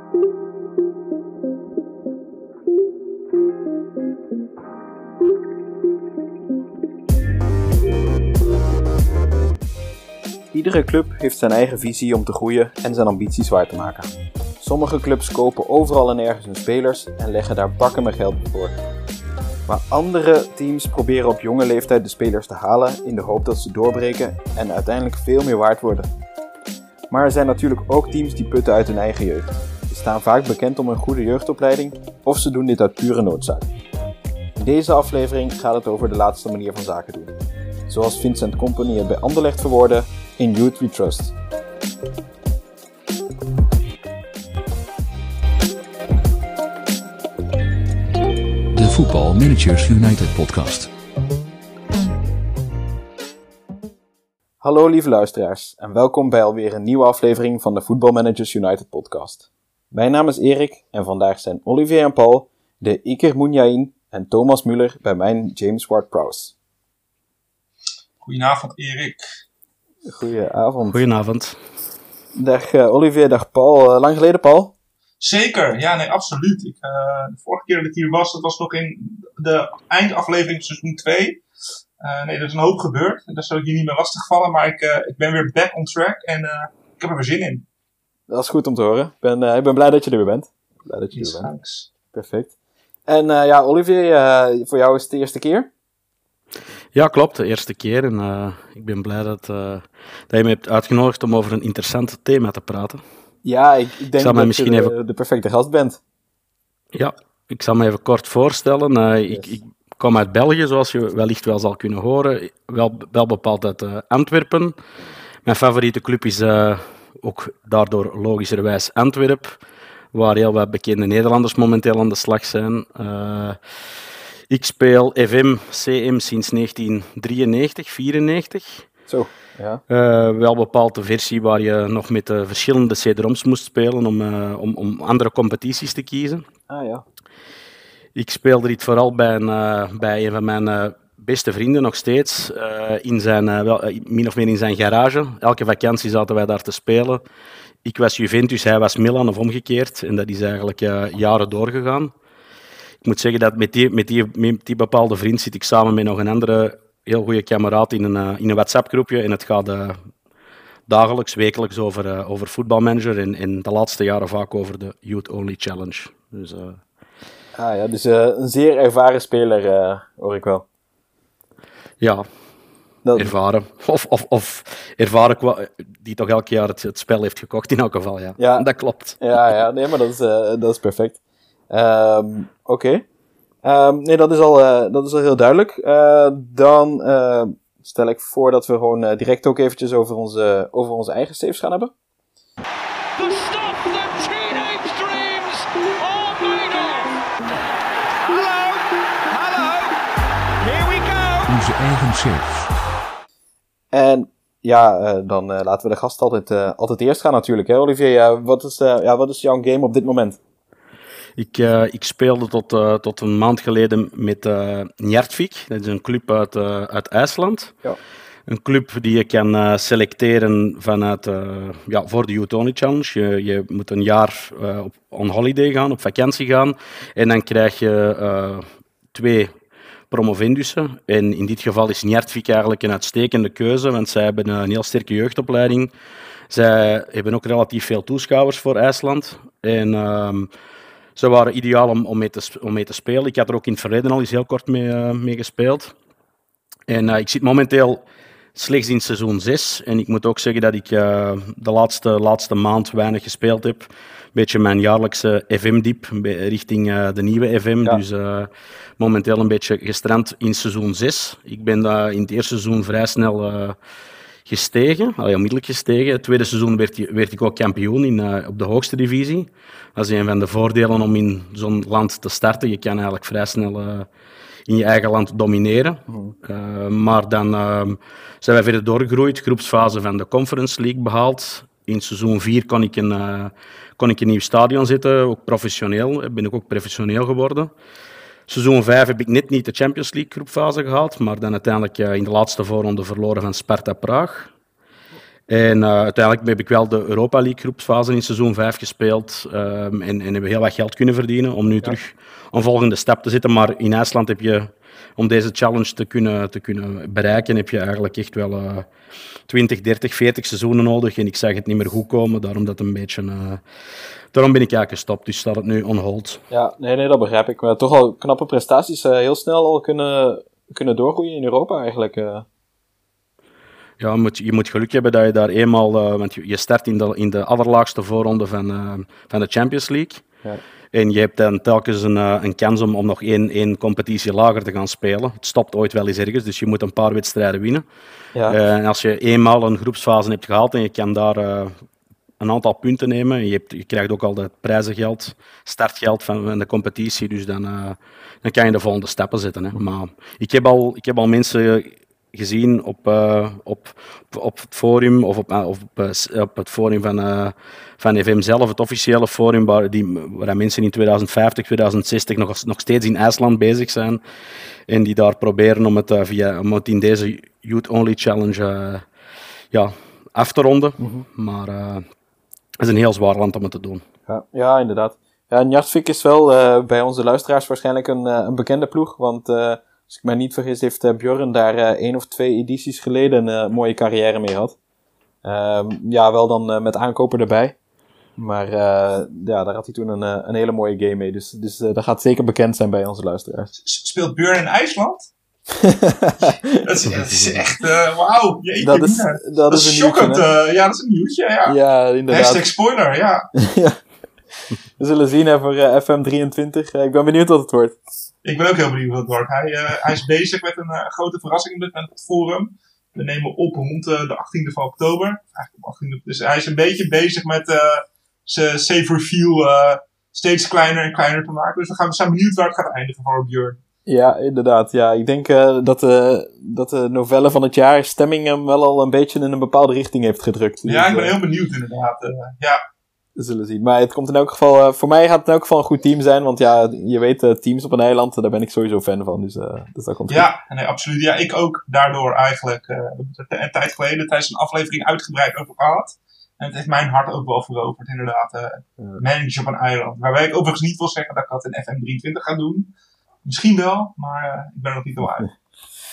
Iedere club heeft zijn eigen visie om te groeien en zijn ambities waar te maken. Sommige clubs kopen overal en ergens hun spelers en leggen daar bakken met geld voor. Maar andere teams proberen op jonge leeftijd de spelers te halen in de hoop dat ze doorbreken en uiteindelijk veel meer waard worden. Maar er zijn natuurlijk ook teams die putten uit hun eigen jeugd. Ze staan vaak bekend om een goede jeugdopleiding of ze doen dit uit pure noodzaak. In deze aflevering gaat het over de laatste manier van zaken doen. Zoals Vincent Kompany het bij Anderlecht verwoordde: in Youth We Trust. De Voetbal Managers United podcast. Hallo lieve luisteraars en welkom bij alweer een nieuwe aflevering van de Voetbal Managers United podcast. Mijn naam is Erik en vandaag zijn Olivier en Paul, de Iker Muniain en Thomas Müller bij mijn James Ward-Prowse. Goedenavond Erik. Goedenavond. Goedenavond. Dag Olivier, dag Paul. Lang geleden, Paul? Zeker, ja, nee, absoluut. De vorige keer dat ik hier was, dat was nog in de eindaflevering seizoen 2. Nee, er is een hoop gebeurd. Daar zal ik je niet meer lastigvallen, maar ik ben weer back on track en ik heb er weer zin in. Dat is goed om te horen. Ik ben blij dat je er weer bent. Perfect. En Olivier, voor jou is het de eerste keer? Ja, klopt, de eerste keer. En ik ben blij dat je me hebt uitgenodigd om over een interessant thema te praten. Ja, ik denk dat je de perfecte gast bent. Ja, ik zal me even kort voorstellen. Ik kom uit België, zoals je wellicht wel zal kunnen horen. Wel bepaald uit Antwerpen. Mijn favoriete club is ook daardoor logischerwijs Antwerpen, waar heel wat bekende Nederlanders momenteel aan de slag zijn. Ik speel FM, CM sinds 1993, 94. Zo, ja. Wel bepaald de versie waar je nog met de verschillende CD-ROMs moest spelen om andere competities te kiezen. Ah ja. Ik speelde dit vooral bij een van mijn beste vrienden nog steeds, min of meer in zijn garage. Elke vakantie zaten wij daar te spelen. Ik was Juventus, hij was Milan of omgekeerd. En dat is eigenlijk jaren doorgegaan. Ik moet zeggen dat met die bepaalde vriend zit ik samen met nog een andere heel goede kameraad in een WhatsApp-groepje. En het gaat dagelijks, wekelijks over voetbalmanager en de laatste jaren vaak over de Youth Only Challenge. Dus een zeer ervaren speler, hoor ik wel. Ja, ervaren. Of ervaren die toch elk jaar het spel heeft gekocht in elk geval, ja. Ja. Dat klopt. Ja, nee, maar dat is perfect. Oké. Nee, dat is al heel duidelijk. Dan stel ik voor dat we gewoon direct ook eventjes over onze eigen saves gaan hebben. The stuff that teenage dreams are made of. Hallo, here we go. Onze eigen saves. En ja, dan laten we de gast altijd eerst gaan natuurlijk, hè Olivier. Wat is jouw game op dit moment? Ik speelde tot een maand geleden met Njartvík. Dat is een club uit IJsland. Ja. Een club die je kan selecteren vanuit, voor de Youth Only Challenge. Je moet een jaar on holiday gaan, op vakantie gaan. En dan krijg je 2 promovendussen. En in dit geval is Njartvík eigenlijk een uitstekende keuze, want zij hebben een heel sterke jeugdopleiding. Zij hebben ook relatief veel toeschouwers voor IJsland. En ze waren ideaal om mee te spelen. Ik had er ook in het verleden al eens heel kort mee gespeeld. En ik zit momenteel slechts in seizoen 6. En ik moet ook zeggen dat ik de laatste maand weinig gespeeld heb. Een beetje mijn jaarlijkse FM-diep richting de nieuwe FM. Ja. Dus momenteel een beetje gestrand in seizoen 6. Ik ben in het eerste seizoen vrij snel gestegen, onmiddellijk gestegen. Het tweede seizoen werd ik ook kampioen op de hoogste divisie. Dat is een van de voordelen om in zo'n land te starten. Je kan eigenlijk vrij snel in je eigen land domineren. Maar dan zijn wij verder doorgegroeid. Groepsfase van de Conference League behaald. In seizoen 4 kon ik een nieuw stadion zetten, ook professioneel. Ben ik ook professioneel geworden. Seizoen 5 heb ik net niet de Champions League groepfase gehaald, maar dan uiteindelijk in de laatste voorronde verloren van Sparta Praag. En uiteindelijk heb ik wel de Europa League groepsfase in seizoen 5 gespeeld. En hebben heel wat geld kunnen verdienen om nu terug een volgende stap te zetten. Maar in IJsland heb je, om deze challenge te kunnen bereiken, heb je eigenlijk echt wel 20, 30, 40 seizoenen nodig. En ik zag het niet meer goed komen, daarom ben ik eigenlijk gestopt. Dus staat het nu on hold. Ja, nee, dat begrijp ik. Maar toch al knappe prestaties, heel snel al kunnen doorgroeien in Europa eigenlijk. Ja, je moet geluk hebben dat je daar eenmaal... want je start in de allerlaagste voorronde van de Champions League. Ja. En je hebt dan telkens een kans om nog één competitie lager te gaan spelen. Het stopt ooit wel eens ergens, dus je moet een paar wedstrijden winnen. Ja. En als je eenmaal een groepsfase hebt gehaald en je kan daar een aantal punten nemen, en je krijgt ook al het prijzengeld, startgeld van de competitie, dus dan kan je de volgende stappen zetten. Hè. Maar ik heb al mensen gezien op het forum of op het forum van FM zelf, het officiële forum, waar mensen in 2050, 2060 nog steeds in IJsland bezig zijn en die daar proberen om het in deze Youth Only Challenge af te ronden. Mm-hmm. Maar het is een heel zwaar land om het te doen. Ja, inderdaad. Ja, Njartvík is wel bij onze luisteraars waarschijnlijk een bekende ploeg, want als ik mij niet vergis, heeft Björn daar 1 of 2 edities geleden een mooie carrière mee gehad. Wel dan met aankoper erbij. Maar daar had hij toen een hele mooie game mee. Dus dat gaat zeker bekend zijn bij onze luisteraars. Speelt Björn in IJsland? dat is echt, wauw. Dat is een shockend. Ja, dat is een nieuwtje. Ja, inderdaad. #spoiler, ja. We zullen zien voor FM23. Ik ben benieuwd wat het wordt. Ik ben ook heel benieuwd wat het wordt. Hij is bezig met een grote verrassing met het forum. We nemen op rond de 18e van oktober. Eigenlijk op 18e. Dus hij is een beetje bezig met zijn safe reveal steeds kleiner en kleiner te maken. Dus we zijn benieuwd waar het gaat eindigen voor Björn. Ja, inderdaad. Ja, ik denk dat de novelle van het jaar stemming hem wel al een beetje in een bepaalde richting heeft gedrukt. Ja, dus, ik ben heel benieuwd inderdaad. Ja. We zullen zien. Maar het komt in elk geval... voor mij gaat het in elk geval een goed team zijn. Want ja, je weet, teams op een eiland, daar ben ik sowieso fan van. Dus dat komt goed. Ja, nee, absoluut. Ja, ik ook daardoor eigenlijk. Een tijd geleden tijdens een aflevering uitgebreid over gehad. En het heeft mijn hart ook wel veroverd, inderdaad. Manager op een eiland. Waarbij ik overigens niet wil zeggen dat ik dat in FM23 ga doen. Misschien wel, maar ik ben er nog niet heel uit.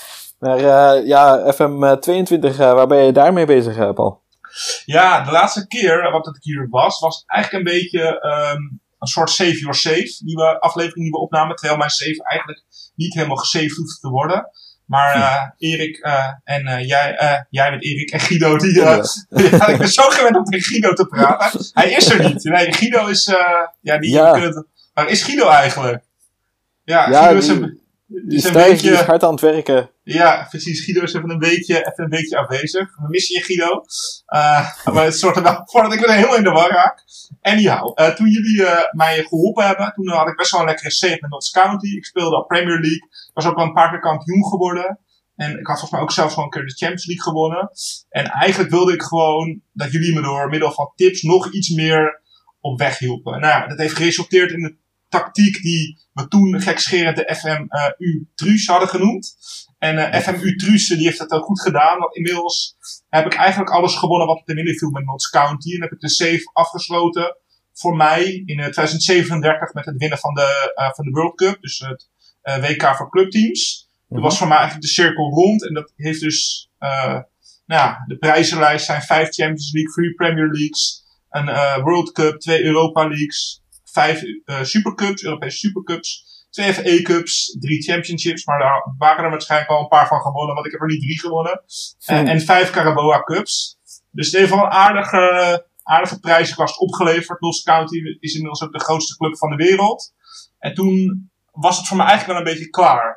Maar FM22, waar ben je daarmee bezig, Paul? Ja, de laatste keer wat ik hier was eigenlijk een beetje een soort save your save. Aflevering die we opnamen, terwijl mijn save eigenlijk niet helemaal gesaved hoeft te worden. Maar Erik en jij met Erik en Guido, ik ben zo gewend om tegen Guido te praten. Hij is er niet. Nee, Guido is, waar is Guido eigenlijk? Ja, Guido is een beetje... Die is hard aan het werken. Ja, precies. Guido is even een beetje afwezig. We missen je, Guido. Maar het zorgt er wel voor dat ik weer helemaal in de war raak. Anyhow, toen jullie mij geholpen hebben, toen had ik best wel een lekkere save met Notts County. Ik speelde al Premier League. Ik was ook wel een paar keer kampioen geworden. En ik had volgens mij ook zelfs wel een keer de Champions League gewonnen. En eigenlijk wilde ik gewoon dat jullie me door middel van tips nog iets meer op weg hielpen. Nou, dat heeft geresulteerd in de tactiek die we toen gekscherend de FMU Truus hadden genoemd. En FMU Truus die heeft dat ook goed gedaan. Want inmiddels heb ik eigenlijk alles gewonnen wat te winnen viel met Notts County. En heb ik de save afgesloten voor mij in 2037 met het winnen van de World Cup. Dus het WK voor clubteams. Dat was voor mij eigenlijk de cirkel rond. En dat heeft dus... de prijzenlijst zijn 5 Champions League, 3 Premier Leagues, een World Cup, 2 Europa Leagues, 5 Supercups, Europese Supercups, 2 FA Cups, 3 Championships, maar daar waren er waarschijnlijk al een paar van gewonnen, want ik heb er niet 3 gewonnen. En 5 Carabao Cups. Dus het heeft wel een aardige prijzenkast opgeleverd. Notts County is inmiddels ook de grootste club van de wereld. En toen was het voor mij eigenlijk wel een beetje klaar.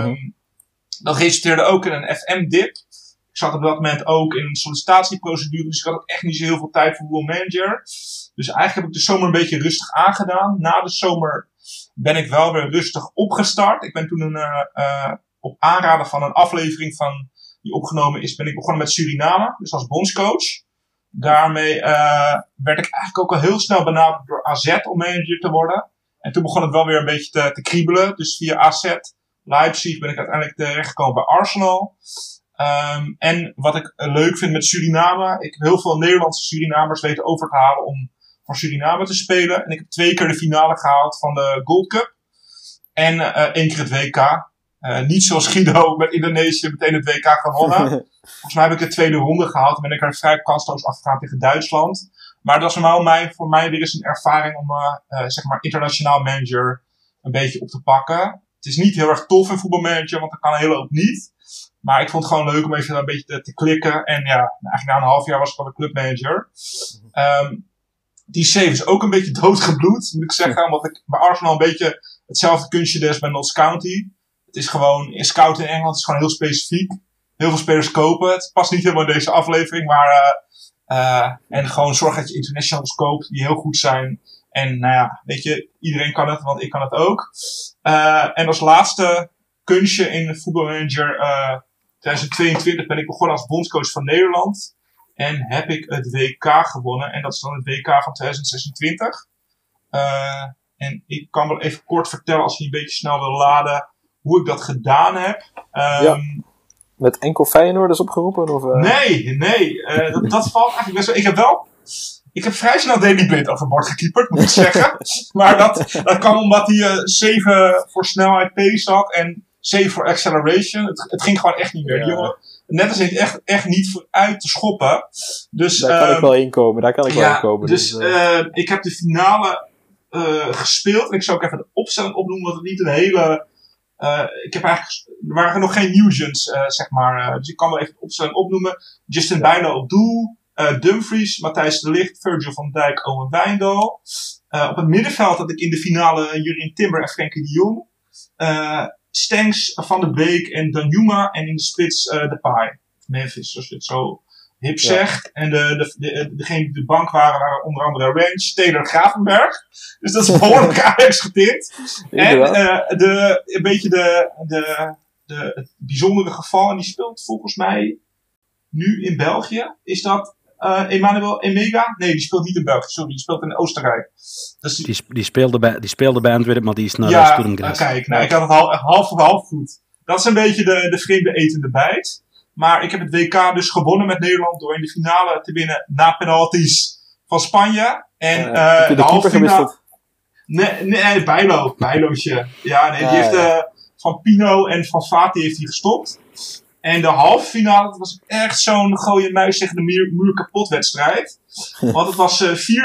Dat resulteerde ook in een FM-dip. Ik zat op dat moment ook in een sollicitatieprocedure, dus ik had ook echt niet zo heel veel tijd voor World Manager. Dus eigenlijk heb ik de zomer een beetje rustig aangedaan. Na de zomer ben ik wel weer rustig opgestart. Ik ben toen op aanraden van een aflevering die opgenomen is, ben ik begonnen met Suriname, dus als bondscoach. Daarmee werd ik eigenlijk ook al heel snel benaderd door AZ om manager te worden. En toen begon het wel weer een beetje te kriebelen. Dus via AZ, Leipzig ben ik uiteindelijk terechtgekomen bij Arsenal. En wat ik leuk vind met Suriname, ik heb heel veel Nederlandse Surinamers weten over te halen om voor Suriname te spelen. En ik heb 2 keer de finale gehaald van de Gold Cup. En 1 keer het WK. Niet zoals Guido met Indonesië meteen het WK gewonnen. Volgens mij heb ik de tweede ronde gehaald en ben ik er vrij kansloos afgegaan tegen Duitsland. Maar dat is normaal voor mij weer eens een ervaring om zeg maar internationaal manager een beetje op te pakken. Het is niet heel erg tof in voetbalmanager, want dat kan een hele hoop niet. Maar ik vond het gewoon leuk om even een beetje te klikken. En ja, eigenlijk na een half jaar was ik al een clubmanager. Die save is ook een beetje doodgebloed, moet ik zeggen. Omdat ik bij Arsenal een beetje hetzelfde kunstje deed bij Notts County. Het is gewoon, in scout in Engeland is gewoon heel specifiek. Heel veel spelers kopen. Het past niet helemaal in deze aflevering, maar en gewoon zorg dat je internationals koopt die heel goed zijn. En nou ja, weet je, iedereen kan het, want ik kan het ook. En als laatste kunstje in voetbalmanager 2022 ben ik begonnen als bondscoach van Nederland. En heb ik het WK gewonnen. En dat is dan het WK van 2026. En ik kan wel even kort vertellen, als je een beetje snel wil laden, hoe ik dat gedaan heb. Ja. Met enkel Feyenoorders opgeroepen? Of, Nee. Dat valt eigenlijk best wel. Ik heb vrij snel Daley Blind overboord gekeeperd, moet ik zeggen. Maar dat kwam omdat hij 7 voor snelheid pace had en 7 voor acceleration. Het ging gewoon echt niet meer, jongen. Net als niet echt niet vooruit te schoppen. Dus, daar kan ik wel inkomen. Dus ik heb de finale gespeeld. En ik zou ook even de opstelling opnoemen, want het niet een hele... er waren nog geen Nugents, zeg maar. Dus ik kan wel even de opstelling opnoemen. Justin Bijlo op doel. Dumfries, Matthijs de Ligt, Virgil van Dijk, Owen Wijndal. Op het middenveld had ik in de finale Jurien Timber en Frenkie de Jong. Stengs, Van der Beek en Danjuma. En in de spits Depay. Memphis, zoals je het zo hip zegt. En degene die de bank waren onder andere Range, Taylor Gravenberg. Dus dat is behoorlijk Ajax getint. En een beetje het bijzondere geval, en die speelt volgens mij nu in België, is dat Emmanuel Emega? Nee, die speelt niet in België, sorry, die speelt in Oostenrijk. Dus die speelde bij Antwerpen, maar die is naar Sturm Graz. Kijk, ik had het half goed. Dat is een beetje de vreemde etende bijt. Maar ik heb het WK dus gewonnen met Nederland door in de finale te winnen na penalties van Spanje. En de halve finale... Nee, Bijlootje. Ja, nee, die heeft van Pino en van Fati heeft hij gestopt. En de halve finale, dat was echt zo'n gooie muis tegen de muur kapot wedstrijd. Want het was 4-4.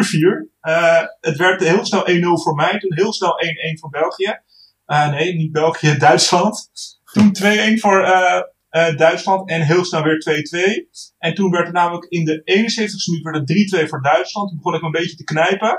Het werd heel snel 1-0 voor mij. Toen heel snel 1-1 voor België. Nee, niet België, Duitsland. Toen 2-1 voor Duitsland en heel snel weer 2-2. En toen werd het namelijk in de 71ste minuut werd het 3-2 voor Duitsland. Toen begon ik een beetje te knijpen.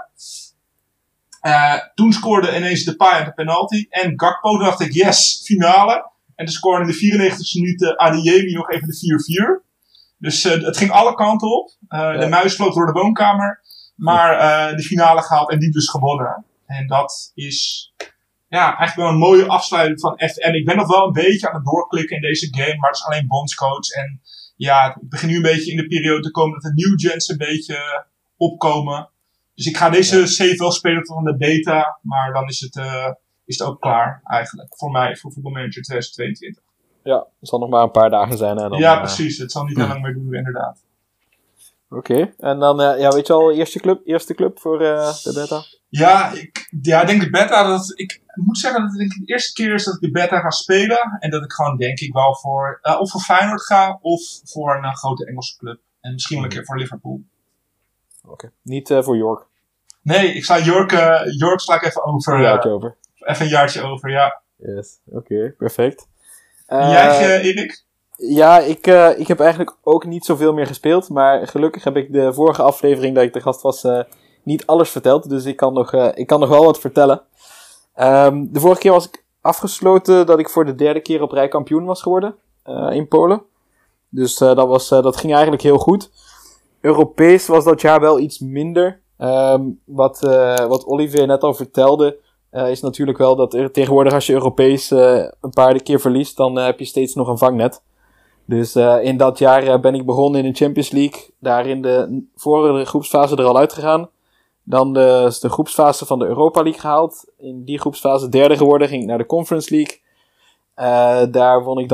Toen scoorde ineens Depay aan de penalty. En Gakpo, toen dacht ik, yes, finale. En toen scoorde in de 94ste minuut Adeyemi nog even de 4-4. Dus het ging alle kanten op. De muis vloog door de woonkamer. Maar de finale gehaald en die dus gewonnen. En dat is eigenlijk wel een mooie afsluiting van FM. Ik ben nog wel een beetje aan het doorklikken in deze game. Maar het is alleen bondscoach. En ja, ik begin nu een beetje in de periode te komen dat de new gens een beetje opkomen. Dus ik ga deze save wel spelen tot aan de beta. Maar dan is het ook klaar eigenlijk. Voor mij, voor voetbalmanager 2022. Ja, het zal nog maar een paar dagen zijn. En dan, precies. Het zal niet heel lang meer duren, inderdaad. Oké. En dan, weet je al, eerste club voor de beta? Ja, ik denk de beta, ik moet zeggen dat het de eerste keer is dat ik de beta ga spelen. En dat ik gewoon denk ik wel voor, of voor Feyenoord ga, of voor een grote Engelse club. En misschien wel een keer voor Liverpool. Oké. Niet voor York? Nee, ik sla York sla ik even over. Een jaartje over. Even een jaartje over, ja. Yes, oké, perfect. En jij, Erik? Ja, ik heb eigenlijk ook niet zoveel meer gespeeld. Maar gelukkig heb ik de vorige aflevering dat ik de gast was niet alles verteld. Dus ik kan nog wel wat vertellen. De vorige keer was ik afgesloten dat ik voor de 3e keer op rij kampioen was geworden. In Polen. Dus dat ging eigenlijk heel goed. Europees was dat jaar wel iets minder. Wat Olivier net al vertelde, is natuurlijk wel dat er tegenwoordig als je Europees een paar keer verliest, dan heb je steeds nog een vangnet. Dus in dat jaar ben ik begonnen in de Champions League. Daar in de vorige groepsfase er al uitgegaan. Dan de groepsfase van de Europa League gehaald. In die groepsfase 3e geworden, ging ik naar de Conference League. Daar won ik dan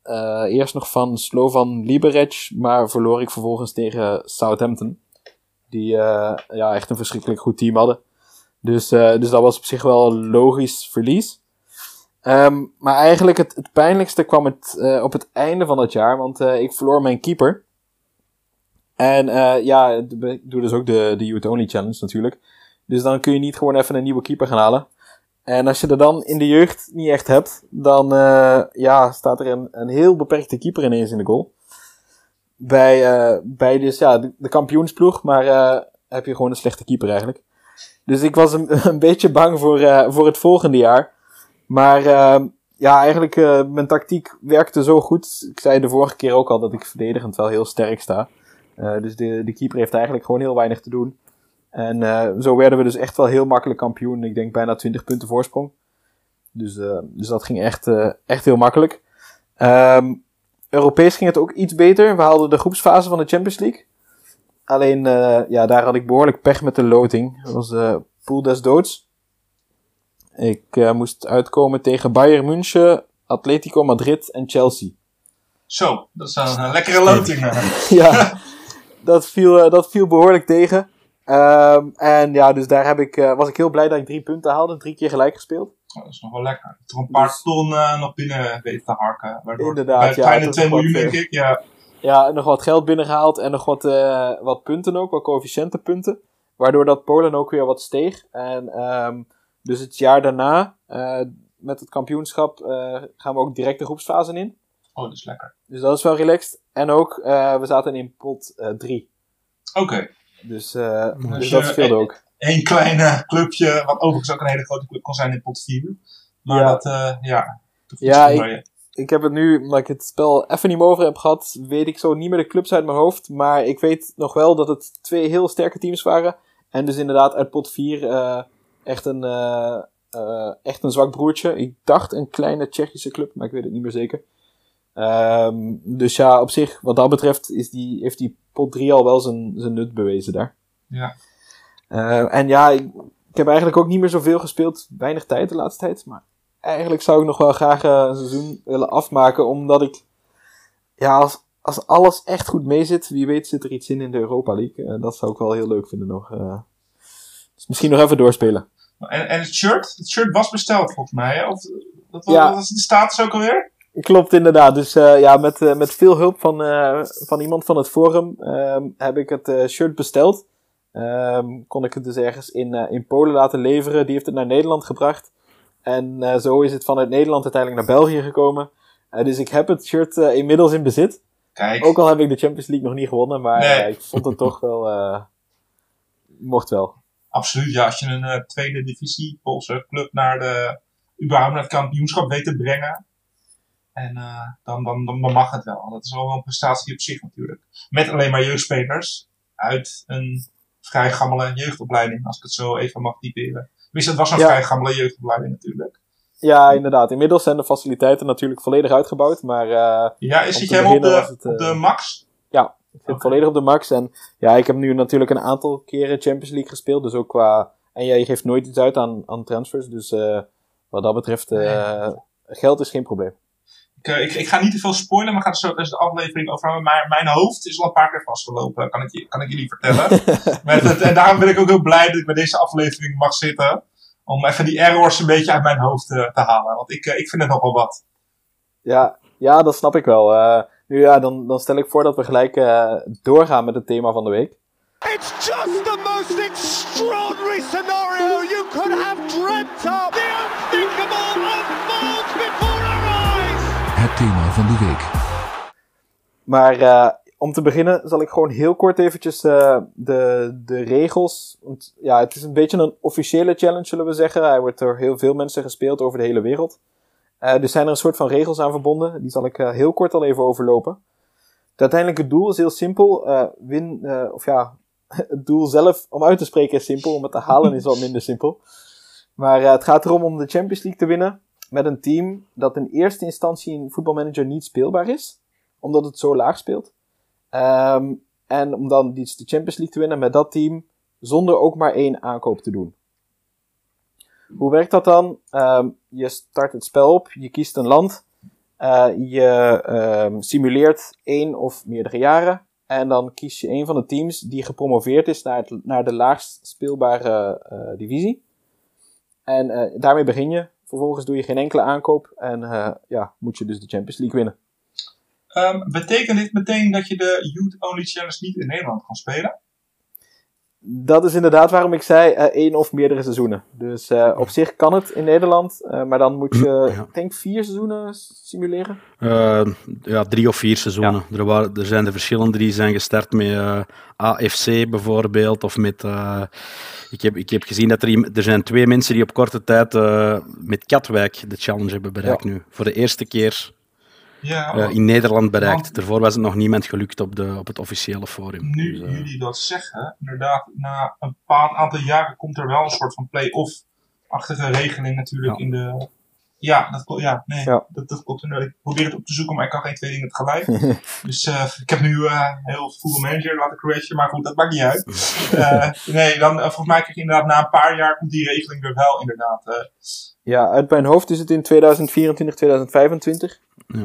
eerst nog van Slovan Liberec, maar verloor ik vervolgens tegen Southampton. Die echt een verschrikkelijk goed team hadden. Dus dat was op zich wel een logisch verlies. Maar eigenlijk het pijnlijkste kwam op het einde van het jaar, want ik verloor mijn keeper. En ik doe dus ook de Youth Only Challenge natuurlijk. Dus dan kun je niet gewoon even een nieuwe keeper gaan halen. En als je er dan in de jeugd niet echt hebt, dan staat er een heel beperkte keeper ineens in de goal. Bij dus de kampioensploeg, maar heb je gewoon een slechte keeper eigenlijk. Dus ik was een beetje bang voor het volgende jaar. Maar eigenlijk mijn tactiek werkte zo goed. Ik zei de vorige keer ook al dat ik verdedigend wel heel sterk sta. Dus de keeper heeft eigenlijk gewoon heel weinig te doen. En zo werden we dus echt wel heel makkelijk kampioen. Ik denk bijna 20 punten voorsprong. Dus dat ging echt heel makkelijk. Europees ging het ook iets beter. We haalden de groepsfase van de Champions League. Alleen daar had ik behoorlijk pech met de loting. Dat was de pool des doods. Ik moest uitkomen tegen Bayern München, Atletico Madrid en Chelsea. Zo, dat is een lekkere loting. Ja, dat viel behoorlijk tegen. Dus daar was ik heel blij dat ik 3 punten haalde. 3 keer gelijk gespeeld. Oh, dat is nog wel lekker. Toch een paar ton nog binnen weten te harken. Waardoor inderdaad, bijna 2 miljoen denk ik. Ja, nog wat geld binnengehaald en nog wat punten ook, wat coëfficiëntenpunten. Waardoor dat Polen ook weer wat steeg. En dus het jaar daarna, met het kampioenschap, gaan we ook direct de groepsfase in. Oh, dat is lekker. Dus dat is wel relaxed. En ook, we zaten in pot 3. Oké. Dus dat scheelde ook. Een klein clubje, wat overigens ook een hele grote club kon zijn in pot 4. Maar ik heb het nu, omdat ik het spel even niet meer over heb gehad, weet ik zo niet meer de clubs uit mijn hoofd. Maar ik weet nog wel dat het 2 heel sterke teams waren. En dus inderdaad uit pot 4 echt een zwak broertje. Ik dacht een kleine Tsjechische club, maar ik weet het niet meer zeker. Dus ja, op zich, wat dat betreft, heeft die pot 3 al wel zijn nut bewezen daar. Ja. Ik heb eigenlijk ook niet meer zoveel gespeeld. Weinig tijd de laatste tijd. Maar eigenlijk zou ik nog wel graag een seizoen willen afmaken. Omdat ik, als alles echt goed meezit, wie weet zit er iets in de Europa League. Dat zou ik wel heel leuk vinden nog. Dus misschien nog even doorspelen. En het shirt? Het shirt was besteld volgens mij, hè? Of wat was de status ook alweer? Klopt inderdaad. Dus met veel hulp van iemand van het forum heb ik het shirt besteld. Kon ik het dus ergens in Polen laten leveren. Die heeft het naar Nederland gebracht. En zo is het vanuit Nederland uiteindelijk naar België gekomen. Dus ik heb het shirt inmiddels in bezit. Kijk. Ook al heb ik de Champions League nog niet gewonnen. Maar ik vond het toch wel... mocht wel. Absoluut, ja. Als je een tweede divisie Poolse club überhaupt naar het kampioenschap weet te brengen. En dan mag het wel. Dat is wel een prestatie op zich natuurlijk. Met alleen maar jeugdspelers uit een vrij gammele jeugdopleiding. Als ik het zo even mag typeren. Dus het was een vrij gammele jeugdopleiding natuurlijk. Ja, inderdaad. Inmiddels zijn de faciliteiten natuurlijk volledig uitgebouwd. Maar zit je helemaal op de max? Ja, ik zit volledig op de max. En ik heb nu natuurlijk een aantal keren Champions League gespeeld. Dus ook qua... En je geeft nooit iets uit aan transfers. Dus wat dat betreft, geld is geen probleem. Ik ga niet te veel spoilen, maar gaat er de aflevering over hebben. Maar mijn hoofd is al een paar keer vastgelopen, kan ik jullie vertellen. En daarom ben ik ook heel blij dat ik bij deze aflevering mag zitten. Om even die errors een beetje uit mijn hoofd te halen. Want ik vind het nogal wat. Ja, dat snap ik wel. Dan stel ik voor dat we gelijk doorgaan met het thema van de week. It's just the most extraordinary scenario you could have dreamt of. The unthinkable unfolds before our eyes. Het thema van de week. Maar om te beginnen zal ik gewoon heel kort eventjes de regels... Want, het is een beetje een officiële challenge, zullen we zeggen. Hij wordt door heel veel mensen gespeeld over de hele wereld. Dus zijn er een soort van regels aan verbonden. Die zal ik heel kort al even overlopen. Het uiteindelijke doel is heel simpel. Het doel zelf om uit te spreken is simpel. Om het te halen is wat minder simpel. Maar het gaat erom om de Champions League te winnen. Met een team dat in eerste instantie in Football Manager niet speelbaar is. Omdat het zo laag speelt. En om dan de Champions League te winnen met dat team. Zonder ook maar 1 aankoop te doen. Hoe werkt dat dan? Je start het spel op. Je kiest een land. Je simuleert 1 of meerdere jaren. En dan kies je een van de teams die gepromoveerd is naar de laagst speelbare divisie. En daarmee begin je. Vervolgens doe je geen enkele aankoop. En moet je dus de Champions League winnen. Betekent dit meteen dat je de Youth Only Challenge niet in Nederland kan spelen? Dat is inderdaad waarom ik zei 1 of meerdere seizoenen. Dus op zich kan het in Nederland. Maar dan moet je, ik denk 4 seizoenen simuleren. 3 of 4 seizoenen. Ja. Er zijn de verschillende die zijn gestart met AFC bijvoorbeeld. Of met... Ik heb gezien dat er zijn 2 mensen die op korte tijd met Katwijk de challenge hebben bereikt nu. Voor de eerste keer in Nederland bereikt. Daarvoor was het nog niemand gelukt op het officiële forum. Nu jullie dat zeggen, inderdaad, na een aantal jaren komt er wel een soort van play-off-achtige regeling natuurlijk in de... Ja, dat klopt. Ja, nee, dat klopt. Ik probeer het op te zoeken, maar ik kan geen 2 dingen tegelijk. Dus ik heb nu heel Football Manager laten crashen, maar goed, dat maakt niet uit. Dan volgens mij krijg je inderdaad na een paar jaar komt die regeling weer wel inderdaad. Ja, uit mijn hoofd is het in 2024, 2025.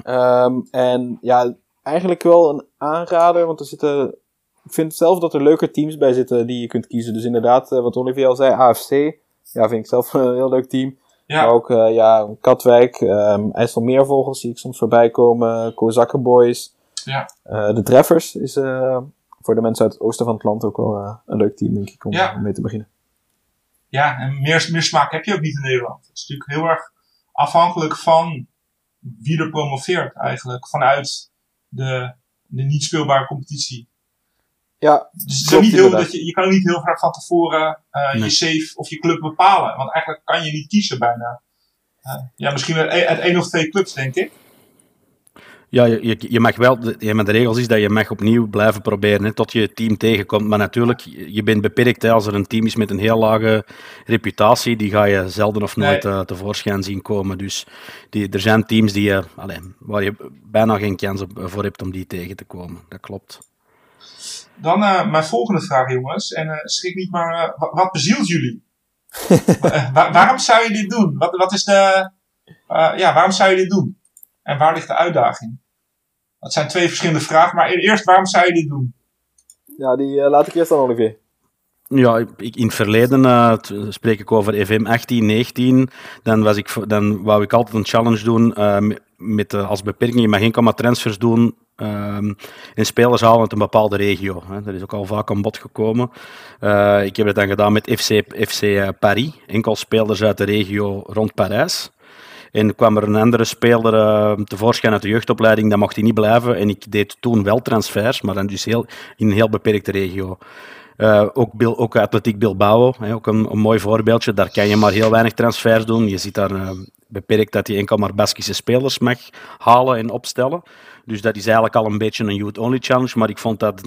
Ja. Eigenlijk wel een aanrader, want ik vind zelf dat er leuke teams bij zitten die je kunt kiezen. Dus inderdaad, wat Olivier al zei, AFC. Ja, vind ik zelf een heel leuk team. Ja. Maar ook Katwijk, IJsselmeervogels zie ik soms voorbij komen, Kozakken Boys. Ja. De Treffers is voor de mensen uit het oosten van het land ook wel een leuk team, denk ik, om mee te beginnen. Ja, en meer smaak heb je ook niet in Nederland. Het is natuurlijk heel erg afhankelijk van wie er promoveert eigenlijk, vanuit de niet speelbare competitie. Ja, dus het is niet heel, je kan niet heel graag van tevoren je save of je club bepalen. Want eigenlijk kan je niet kiezen bijna. Misschien uit 1 of 2 clubs, denk ik. Ja, je mag wel, de regels is dat je mag opnieuw blijven proberen, hè, tot je team tegenkomt. Maar natuurlijk, je bent beperkt. Hè, als er een team is met een heel lage reputatie, die ga je zelden of nooit tevoorschijn zien komen. Dus er zijn teams waar je bijna geen kans voor hebt om die tegen te komen. Dat klopt. Dan mijn volgende vraag, jongens. En schrik niet, maar wat bezielt jullie? Waarom zou je dit doen? Wat is waarom zou je dit doen? En waar ligt de uitdaging? Dat zijn 2 verschillende vragen, maar eerst, waarom zou je dit doen? Ja, die laat ik eerst aan Olivier. Ja, in het verleden spreek ik over FM 18, 19. Dan wou ik altijd een challenge doen met als beperking. Je mag geen transfers doen in spelers halen uit een bepaalde regio. Hè. Dat is ook al vaak aan bod gekomen. Ik heb het dan gedaan met FC Paris. Enkel spelers uit de regio rond Parijs. En kwam er een andere speler tevoorschijn uit de jeugdopleiding, dan mocht hij niet blijven. En ik deed toen wel transfers, maar dan dus in een heel beperkte regio. Ook Atletiek Bilbao, ook een mooi voorbeeldje. Daar kan je maar heel weinig transfers doen. Je ziet daar beperkt dat je enkel maar Baskische spelers mag halen en opstellen. Dus dat is eigenlijk al een beetje een youth-only challenge, maar ik vond dat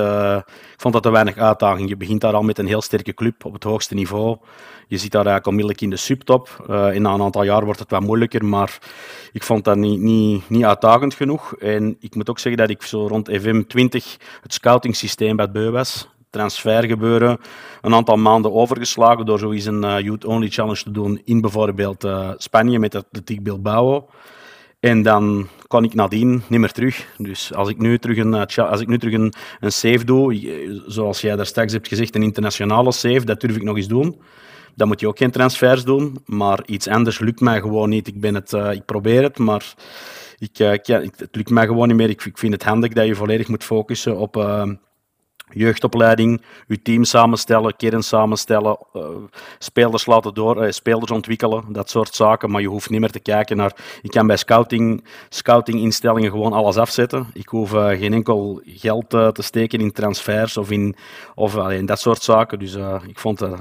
te weinig uitdaging. Je begint daar al met een heel sterke club op het hoogste niveau. Je zit daar eigenlijk onmiddellijk in de subtop. Na een aantal jaar wordt het wat moeilijker, maar ik vond dat niet uitdagend genoeg. En ik moet ook zeggen dat ik zo rond FM 20 het scouting-systeem bij het beu was. Transfergebeuren een aantal maanden overgeslagen door zoiets een youth-only challenge te doen in bijvoorbeeld Spanje met Atletiek Bilbao. En dan kon ik nadien niet meer terug. Dus als ik nu terug een save doe, zoals jij daar straks hebt gezegd, een internationale save, dat durf ik nog eens doen. Dan moet je ook geen transfers doen, maar iets anders lukt mij gewoon niet. Ik probeer het, maar het lukt mij gewoon niet meer. Ik vind het handig dat je volledig moet focussen op jeugdopleiding, je team samenstellen, kern samenstellen, spelers laten spelers ontwikkelen, dat soort zaken. Maar je hoeft niet meer te kijken naar... Ik kan bij scouting-instellingen gewoon alles afzetten. Ik hoef geen enkel geld te steken in transfers of in dat soort zaken. Dus ik vond het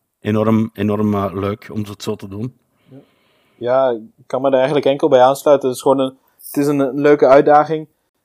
enorm leuk om het zo te doen. Ja, ik kan me daar eigenlijk enkel bij aansluiten. Het is een leuke uitdaging.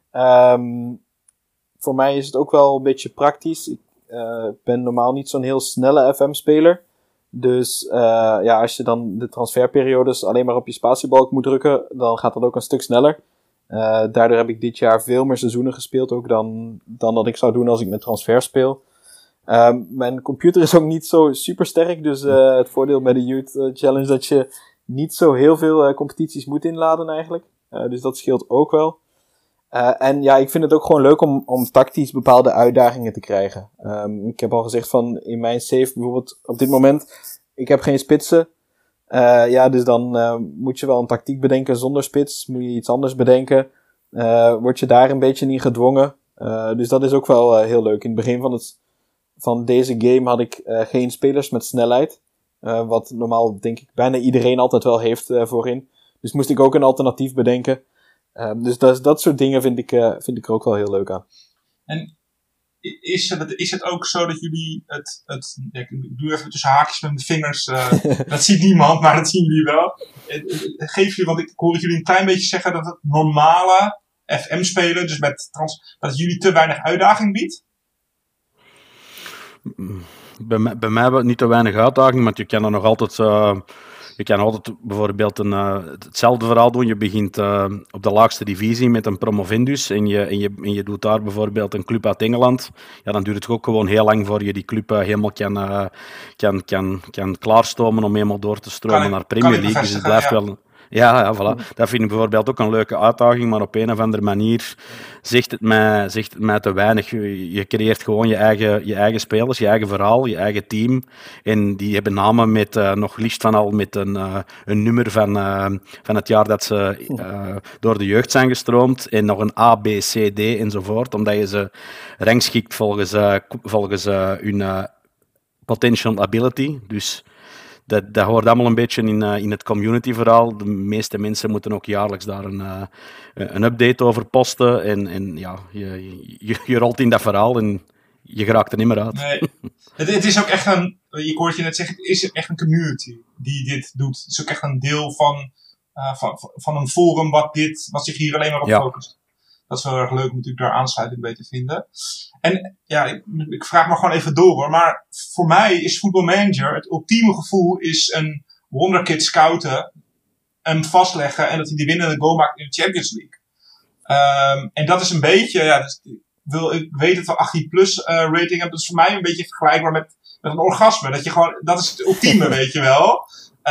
Voor mij is het ook wel een beetje praktisch. Ik ben normaal niet zo'n heel snelle FM-speler. Dus als je dan de transferperiodes alleen maar op je spatiebalk moet drukken, dan gaat dat ook een stuk sneller. Daardoor heb ik dit jaar veel meer seizoenen gespeeld ook dan dat ik zou doen als ik met transfer speel. Mijn computer is ook niet zo super sterk, dus het voordeel bij de Youth Challenge dat je niet zo heel veel competities moet inladen eigenlijk. Dus dat scheelt ook wel. En ja, ik vind het ook gewoon leuk om tactisch bepaalde uitdagingen te krijgen. Ik heb al gezegd van in mijn save bijvoorbeeld op dit moment, ik heb geen spitsen. Dus dan moet je wel een tactiek bedenken zonder spits. Moet je iets anders bedenken. Word je daar een beetje in gedwongen. Dus dat is ook wel heel leuk. In het begin van deze game had ik geen spelers met snelheid. Wat normaal denk ik bijna iedereen altijd wel heeft voorin. Dus moest ik ook een alternatief bedenken. Dus dat soort dingen vind ik er ook wel heel leuk aan. En is het ook zo dat jullie ik doe even tussen haakjes met mijn vingers, dat ziet niemand, maar dat zien jullie wel. Geef jullie, want ik hoor jullie een klein beetje zeggen dat het normale FM spelen, dus dat jullie te weinig uitdaging biedt? Bij mij hebben we niet te weinig uitdaging, want je kan er nog altijd... Je kan altijd bijvoorbeeld hetzelfde verhaal doen. Je begint op de laagste divisie met een promovendus en je doet daar bijvoorbeeld een club uit Engeland. Ja, dan duurt het ook gewoon heel lang voor je die club helemaal kan klaarstomen om helemaal door te stromen naar Premier League. Dus het blijft wel... Ja, voilà. Dat vind ik bijvoorbeeld ook een leuke uitdaging, maar op een of andere manier zegt het mij te weinig. Je creëert gewoon je eigen spelers, je eigen verhaal, je eigen team. En die hebben namen met nog liefst van al met een nummer van het jaar dat ze door de jeugd zijn gestroomd. En nog een A, B, C, D enzovoort, omdat je ze rangschikt volgens hun potential ability. Dus... Dat hoort allemaal een beetje in het community-verhaal. De meeste mensen moeten ook jaarlijks daar een update over posten. En ja, je rolt in dat verhaal en je geraakt er niet meer uit. Nee. Het is ook echt ik hoorde je net zeggen, het is echt een community die dit doet. Het is ook echt een deel van een forum wat zich hier alleen maar op focust. Dat is wel erg leuk om natuurlijk daar aansluiting bij te vinden. En ja, ik vraag me gewoon even door hoor. Maar voor mij is Football Manager het ultieme gevoel is een wonderkid scouten, hem vastleggen en dat hij de winnende goal maakt in de Champions League. En dat is een beetje, ik weet dat we 18 plus rating hebben. Dat is voor mij een beetje vergelijkbaar met een orgasme. Dat is het ultieme, weet je wel.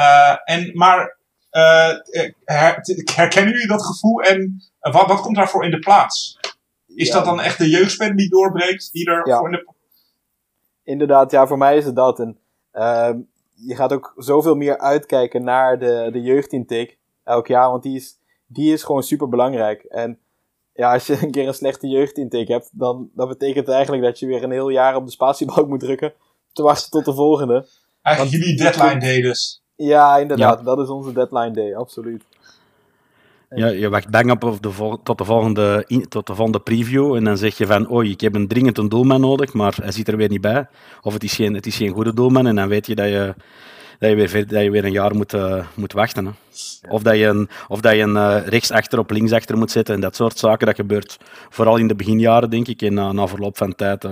Herkennen jullie dat gevoel en wat komt daarvoor in de plaats? Is dat dan echt de jeugdspel die doorbreekt? Inderdaad, ja, voor mij is het dat. En je gaat ook zoveel meer uitkijken naar de jeugdintake elk jaar, want die is gewoon super belangrijk. En ja, als je een keer een slechte jeugdintake hebt, dan betekent het eigenlijk dat je weer een heel jaar op de spatiebalk moet drukken, te wachten tot de volgende. Eigenlijk jullie deadline day dus. Ja, inderdaad. Ja. Dat is onze deadline day, absoluut. Ja, je wacht bang op tot de volgende preview en dan zeg je van, ik heb dringend een doelman nodig, maar hij zit er weer niet bij. Of het is geen goede doelman en dan weet je dat je weer een jaar moet wachten. Hè. Of dat je een rechtsachter op linksachter moet zetten en dat soort zaken. Dat gebeurt vooral in de beginjaren, denk ik, en na verloop van tijd...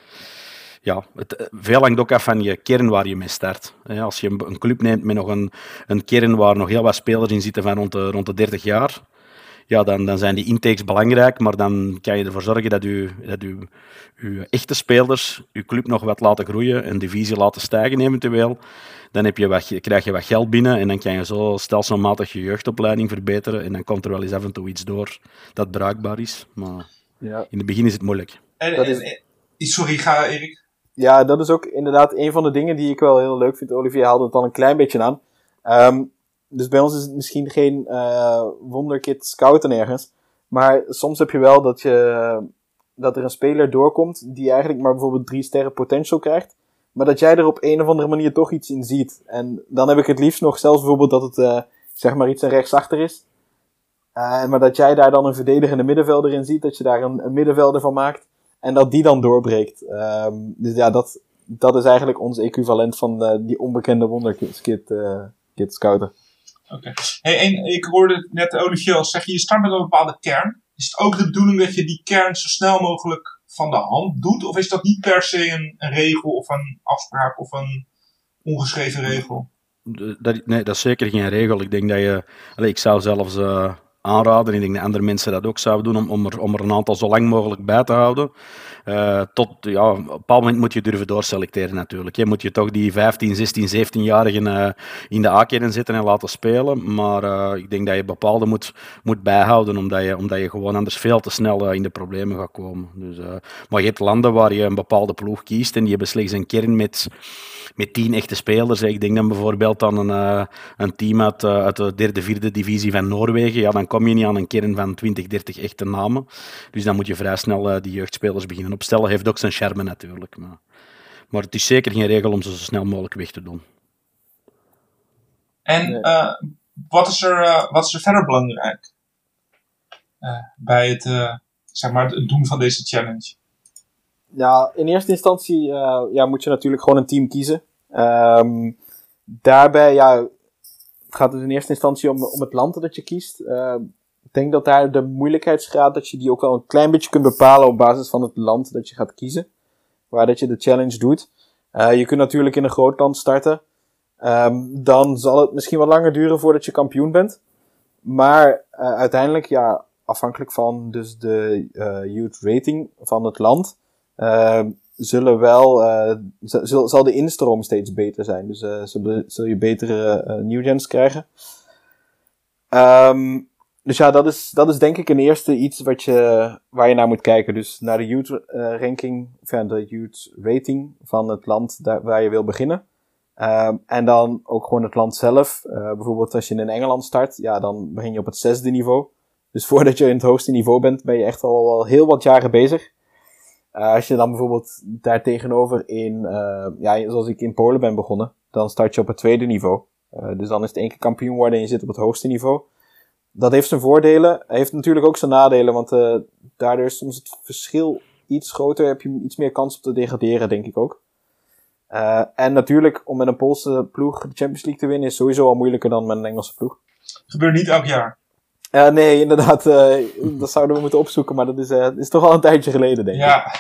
veel hangt ook af van je kern waar je mee start. Als je een club neemt met nog een kern waar nog heel wat spelers in zitten van rond de 30 jaar, ja, dan zijn die intakes belangrijk, maar dan kan je ervoor zorgen dat je echte spelers je club nog wat laten groeien, een divisie laten stijgen eventueel. Dan krijg je wat geld binnen en dan kan je zo stelselmatig je jeugdopleiding verbeteren en dan komt er wel eens af en toe iets door dat bruikbaar is. Maar in het begin is het moeilijk. Sorry, ga Erik. Ja, dat is ook inderdaad een van de dingen die ik wel heel leuk vind. Olivier haalde het al een klein beetje aan. Dus bij ons is het misschien geen wonderkid scouten ergens. Maar soms heb je wel dat er een speler doorkomt die eigenlijk maar bijvoorbeeld 3 sterren potential krijgt. Maar dat jij er op een of andere manier toch iets in ziet. En dan heb ik het liefst nog zelfs bijvoorbeeld dat het zeg maar iets een rechtsachter is. Maar dat jij daar dan een verdedigende middenvelder in ziet. Dat je daar een middenvelder van maakt. En dat die dan doorbreekt. Dus ja, dat is eigenlijk ons equivalent van die onbekende wonderkid scouten. Oké. Hey, en ik hoorde net Olivier al zeggen, je start met een bepaalde kern. Is het ook de bedoeling dat je die kern zo snel mogelijk van de hand doet? Of is dat niet per se een regel of een afspraak of een ongeschreven regel? Nee, dat is zeker geen regel. Ik denk dat ik zou zelfs aanraden. Ik denk dat andere mensen dat ook zouden doen, om er een aantal zo lang mogelijk bij te houden. Op een bepaald moment moet je durven doorselecteren natuurlijk. Je moet je toch die 15, 16, 17-jarigen in de A-kern zetten en laten spelen. Maar ik denk dat je bepaalde moet bijhouden, omdat je gewoon anders veel te snel in de problemen gaat komen. Dus, maar je hebt landen waar je een bepaalde ploeg kiest en die hebben slechts een kern met 10 echte spelers. Ik denk dan bijvoorbeeld aan een team uit de derde, vierde divisie van Noorwegen. Ja, dan kom je niet aan een kern van 20, 30 echte namen. Dus dan moet je vrij snel die jeugdspelers beginnen opstellen. Heeft ook zijn charme natuurlijk. Maar het is zeker geen regel om ze zo snel mogelijk weg te doen. En wat is er verder belangrijk bij het doen van deze challenge? Ja, in eerste instantie moet je natuurlijk gewoon een team kiezen. Daarbij gaat het in eerste instantie om het land dat je kiest. Ik denk dat daar de moeilijkheidsgraad, dat je die ook wel een klein beetje kunt bepalen op basis van het land dat je gaat kiezen. Waar dat je de challenge doet. Je kunt natuurlijk in een groot land starten. Dan zal het misschien wat langer duren voordat je kampioen bent. Maar uiteindelijk, afhankelijk van dus de youth rating van het land, zal de instroom steeds beter zijn. Dus zul je betere newgens krijgen. Dus dat is denk ik een eerste iets waar je naar moet kijken. Dus naar de youth ranking, de youth rating van het land waar je wil beginnen. En dan ook gewoon het land zelf. Bijvoorbeeld als je in Engeland start, dan begin je op het 6e niveau. Dus voordat je in het hoogste niveau bent, ben je echt al wel heel wat jaren bezig. Als je dan bijvoorbeeld daar tegenover zoals ik in Polen ben begonnen, dan start je op het 2e niveau. Dus dan is het 1 keer kampioen worden en je zit op het hoogste niveau. Dat heeft zijn voordelen. Heeft natuurlijk ook zijn nadelen, want daardoor is soms het verschil iets groter. Heb je iets meer kans op te degraderen, denk ik ook. En natuurlijk, om met een Poolse ploeg de Champions League te winnen, is sowieso al moeilijker dan met een Engelse ploeg. Gebeurt niet elk jaar. Nee, inderdaad. Dat zouden we moeten opzoeken, maar dat is toch al een tijdje geleden, denk ik. Ja.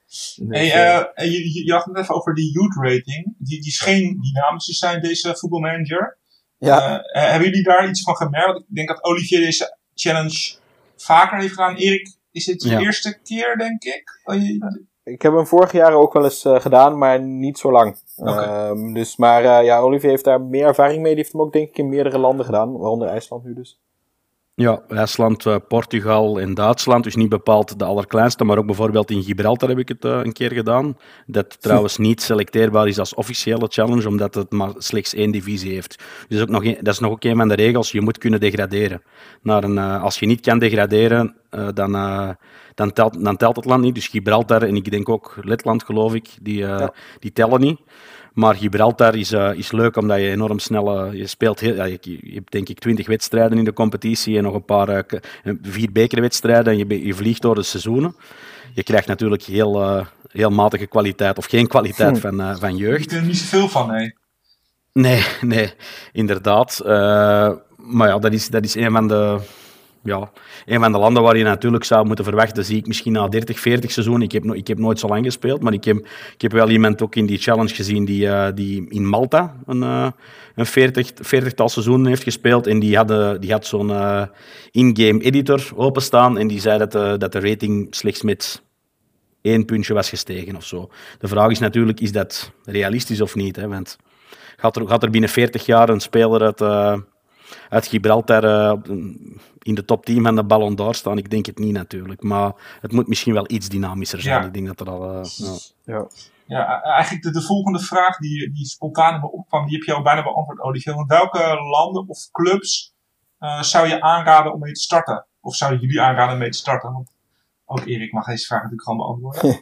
Je had het even over die youth rating. Die scheen dynamisch te zijn, deze voetbalmanager. Ja. Hebben jullie daar iets van gemerkt? Want ik denk dat Olivier deze challenge vaker heeft gedaan. Erik, is dit de eerste keer, denk ik? Ik heb hem vorig jaar ook wel eens gedaan, maar niet zo lang. Okay. Olivier heeft daar meer ervaring mee. Die heeft hem ook denk ik in meerdere landen gedaan, waaronder IJsland nu dus. Ja, IJsland, Portugal en Duitsland, dus niet bepaald de allerkleinste, maar ook bijvoorbeeld in Gibraltar heb ik het een keer gedaan. Dat trouwens niet selecteerbaar is als officiële challenge, omdat het maar slechts 1 divisie heeft. Dus dat is nog ook een van de regels, je moet kunnen degraderen. Als je niet kan degraderen, dan telt het land niet. Dus Gibraltar en ik denk ook Letland, geloof ik, die tellen niet. Maar Gibraltar is leuk omdat je enorm snel... je speelt je hebt denk ik 20 wedstrijden in de competitie en nog een paar 4 bekerwedstrijden en je vliegt door de seizoenen. Je krijgt natuurlijk heel matige kwaliteit of geen kwaliteit van jeugd. Ik er niet zoveel van, nee. Nee, inderdaad. Maar ja, dat is een van de landen waar je natuurlijk zou moeten verwachten, zie ik misschien na 30, 40 seizoenen. Ik heb nooit zo lang gespeeld, maar ik heb wel iemand ook in die challenge gezien die in Malta een 40-tal seizoenen heeft gespeeld. En die had zo'n in-game editor openstaan en die zei dat de rating slechts met 1 puntje was gestegen of zo. De vraag is natuurlijk, is dat realistisch of niet? Hè? Want gaat er binnen 40 jaar een speler uit Gibraltar in de top 10 van de Ballon d'Or staan? Ik denk het niet natuurlijk, maar het moet misschien wel iets dynamischer zijn. Ja. Ik denk dat er al... Ja, eigenlijk de volgende vraag die spontaan in me opkwam, die heb je al bijna beantwoord, Olivier. Want welke landen of clubs zou je aanraden om mee te starten? Of zouden jullie aanraden om mee te starten? Want ook Erik mag deze vraag natuurlijk gewoon beantwoorden.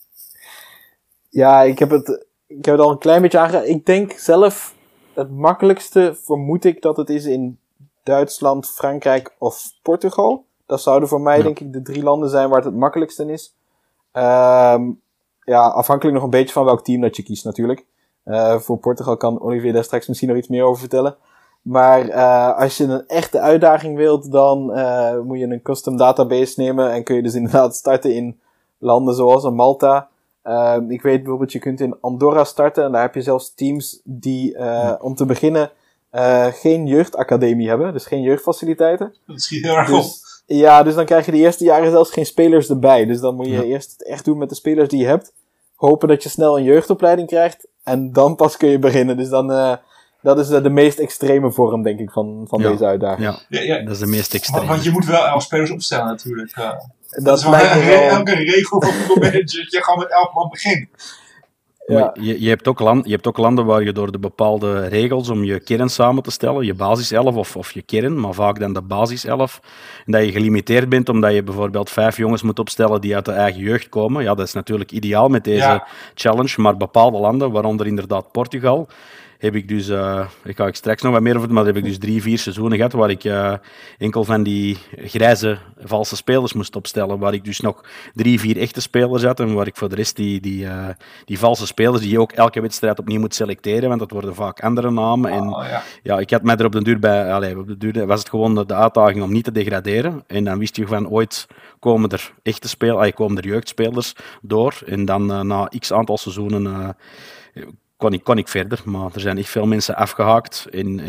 Ja, ik heb het al een klein beetje aangeraden. Ik denk zelf, het makkelijkste vermoed ik dat het is in Duitsland, Frankrijk of Portugal. Dat zouden voor mij denk ik de 3 landen zijn waar het makkelijkste is. Afhankelijk nog een beetje van welk team dat je kiest natuurlijk. Voor Portugal kan Olivier daar straks misschien nog iets meer over vertellen. Maar als je een echte uitdaging wilt, dan moet je een custom database nemen. En kun je dus inderdaad starten in landen zoals Malta. Ik weet bijvoorbeeld, je kunt in Andorra starten. En daar heb je zelfs teams die om te beginnen geen jeugdacademie hebben, dus geen jeugdfaciliteiten. Dat schiet heel erg op. Ja, dus dan krijg je de eerste jaren zelfs geen spelers erbij. Dus dan moet je eerst het echt doen met de spelers die je hebt. Hopen dat je snel een jeugdopleiding krijgt. En dan pas kun je beginnen. Dus dan, dat is de meest extreme vorm, denk ik, van deze uitdaging. Ja, dat is de meest extreme. Want je moet wel 11 spelers opstellen natuurlijk. Dat is wel elke regel van voetbalmanager dat je gewoon met 11 man begint. Ja. Je hebt ook landen waar je door de bepaalde regels om je kern samen te stellen, je basiself of je kern, maar vaak dan de basiself, en dat je gelimiteerd bent omdat je bijvoorbeeld 5 jongens moet opstellen die uit de eigen jeugd komen. Ja, dat is natuurlijk ideaal met deze challenge, maar bepaalde landen, waaronder inderdaad Portugal, heb ik dus, ik ga straks nog wat meer over, maar heb ik dus 3-4 seizoenen gehad waar ik enkel van die grijze valse spelers moest opstellen, waar ik dus nog 3-4 echte spelers had en waar ik voor de rest die valse spelers die je ook elke wedstrijd opnieuw moet selecteren, want dat worden vaak andere namen. En ik had mij er op de duur was het gewoon de uitdaging om niet te degraderen. En dan wist je van ooit komen er echte spelers, komen er jeugdspelers door en dan na x aantal seizoenen kon ik verder, maar er zijn echt veel mensen afgehaakt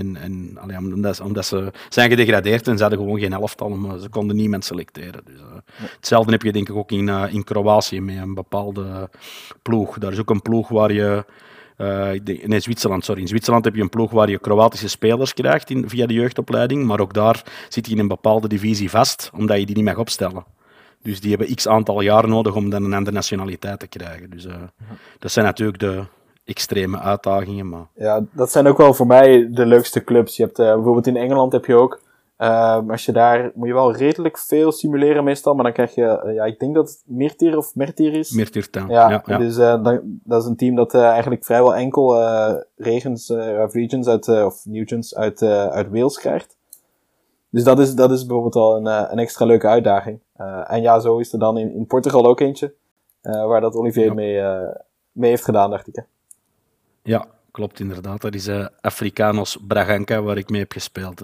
omdat ze zijn gedegradeerd en ze hadden gewoon geen elftal, maar ze konden niemand selecteren. Dus, hetzelfde heb je denk ik ook in Kroatië met een bepaalde ploeg. Daar is ook een ploeg waar je... Zwitserland. In Zwitserland heb je een ploeg waar je Kroatische spelers krijgt via de jeugdopleiding, maar ook daar zit je in een bepaalde divisie vast, omdat je die niet mag opstellen. Dus die hebben x aantal jaar nodig om dan een andere nationaliteit te krijgen. Dus dat zijn natuurlijk de extreme uitdagingen. Maar... Ja, dat zijn ook wel voor mij de leukste clubs. Je hebt bijvoorbeeld in Engeland heb je ook, als je daar, moet je wel redelijk veel simuleren meestal, maar dan krijg je, ik denk dat het Mertir is. Mertir Town. Ja. Dus dat is een team dat eigenlijk vrijwel enkel Regions of Nugents uit Wales krijgt. Dus dat is bijvoorbeeld al een extra leuke uitdaging. En ja, zo is er dan in Portugal ook eentje, waar dat Olivier mee heeft gedaan, dacht ik. Hè? Ja, klopt inderdaad. Dat is Africanos Braganca waar ik mee heb gespeeld. Hè.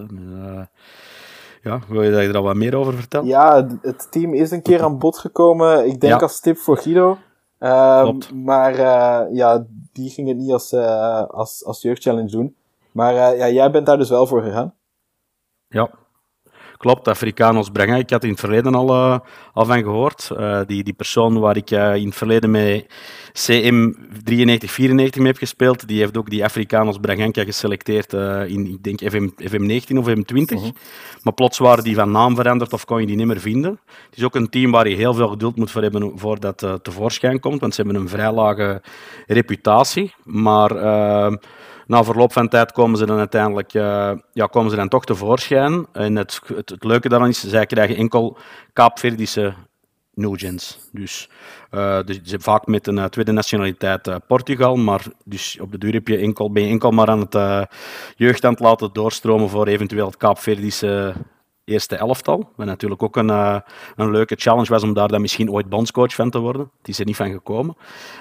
Wil je er al wat meer over vertellen? Ja, het team is een keer aan bod gekomen. Ik denk als tip voor Guido. Maar die ging het niet als jeugdchallenge doen. Maar jij bent daar dus wel voor gegaan. Ja. Klopt, Africanos Braganca. Ik had in het verleden al van gehoord. Die persoon waar ik in het verleden met CM 93-94 mee heb gespeeld, die heeft ook die Africanos Braganca geselecteerd in, ik denk, FM19 of FM20. Maar plots waren die van naam veranderd of kon je die niet meer vinden. Het is ook een team waar je heel veel geduld moet voor hebben voordat dat tevoorschijn komt, want ze hebben een vrij lage reputatie. Maar... na verloop van tijd komen ze dan uiteindelijk toch tevoorschijn. En het leuke daarvan is, zij krijgen enkel Kaapverdische Nugents. Dus vaak met een tweede nationaliteit Portugal, maar dus op de duur ben je enkel maar aan het jeugd aan het laten doorstromen voor eventueel het Kaapverdische eerste elftal. Wat natuurlijk ook een leuke challenge was om daar dan misschien ooit bondscoach van te worden. Het is er niet van gekomen.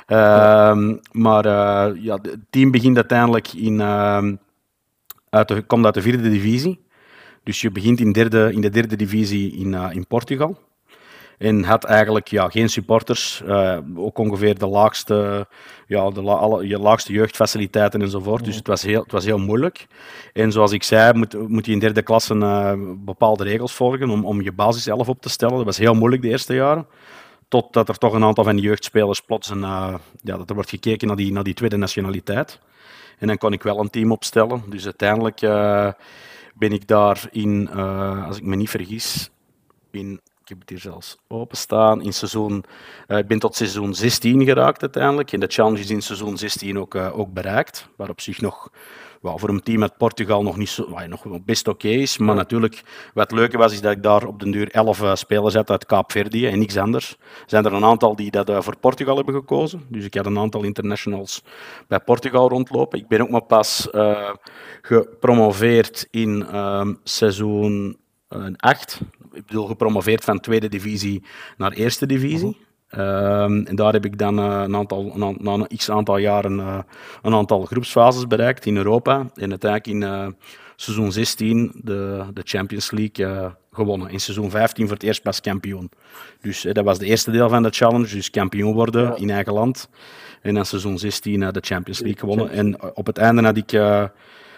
Het team begint uiteindelijk komt uit de 4e divisie. Dus je begint in de derde divisie in Portugal. En had eigenlijk geen supporters, ook ongeveer de laagste, je laagste jeugdfaciliteiten enzovoort. Dus het was heel moeilijk. En zoals ik zei, moet je in derde klasse bepaalde regels volgen om je basiself op te stellen. Dat was heel moeilijk de eerste jaren. Totdat er toch een aantal van die jeugdspelers plots dat er wordt gekeken naar die tweede nationaliteit. En dan kon ik wel een team opstellen. Dus uiteindelijk ben ik daar als ik me niet vergis, ik heb het hier zelfs openstaan. Ik ben tot seizoen 16 geraakt uiteindelijk. En de challenge is in seizoen 16 ook bereikt. Waar op zich nog voor een team uit Portugal nog niet zo, nog best oké is. Maar natuurlijk, wat het leuke was, is dat ik daar op den duur 11 spelers had uit Kaapverdië en niks anders. Er zijn er een aantal die dat voor Portugal hebben gekozen. Dus ik had een aantal internationals bij Portugal rondlopen. Ik ben ook maar pas gepromoveerd in seizoen 8. Ik bedoel, gepromoveerd van tweede divisie naar eerste divisie. En daar heb ik dan na een x-aantal jaren een aantal groepsfases bereikt in Europa. En uiteindelijk in seizoen 16 de Champions League gewonnen. In seizoen 15 voor het eerst pas kampioen. Dus dat was het eerste deel van de challenge, dus kampioen worden in eigen land. En dan seizoen 16 de Champions League gewonnen. En op het einde had ik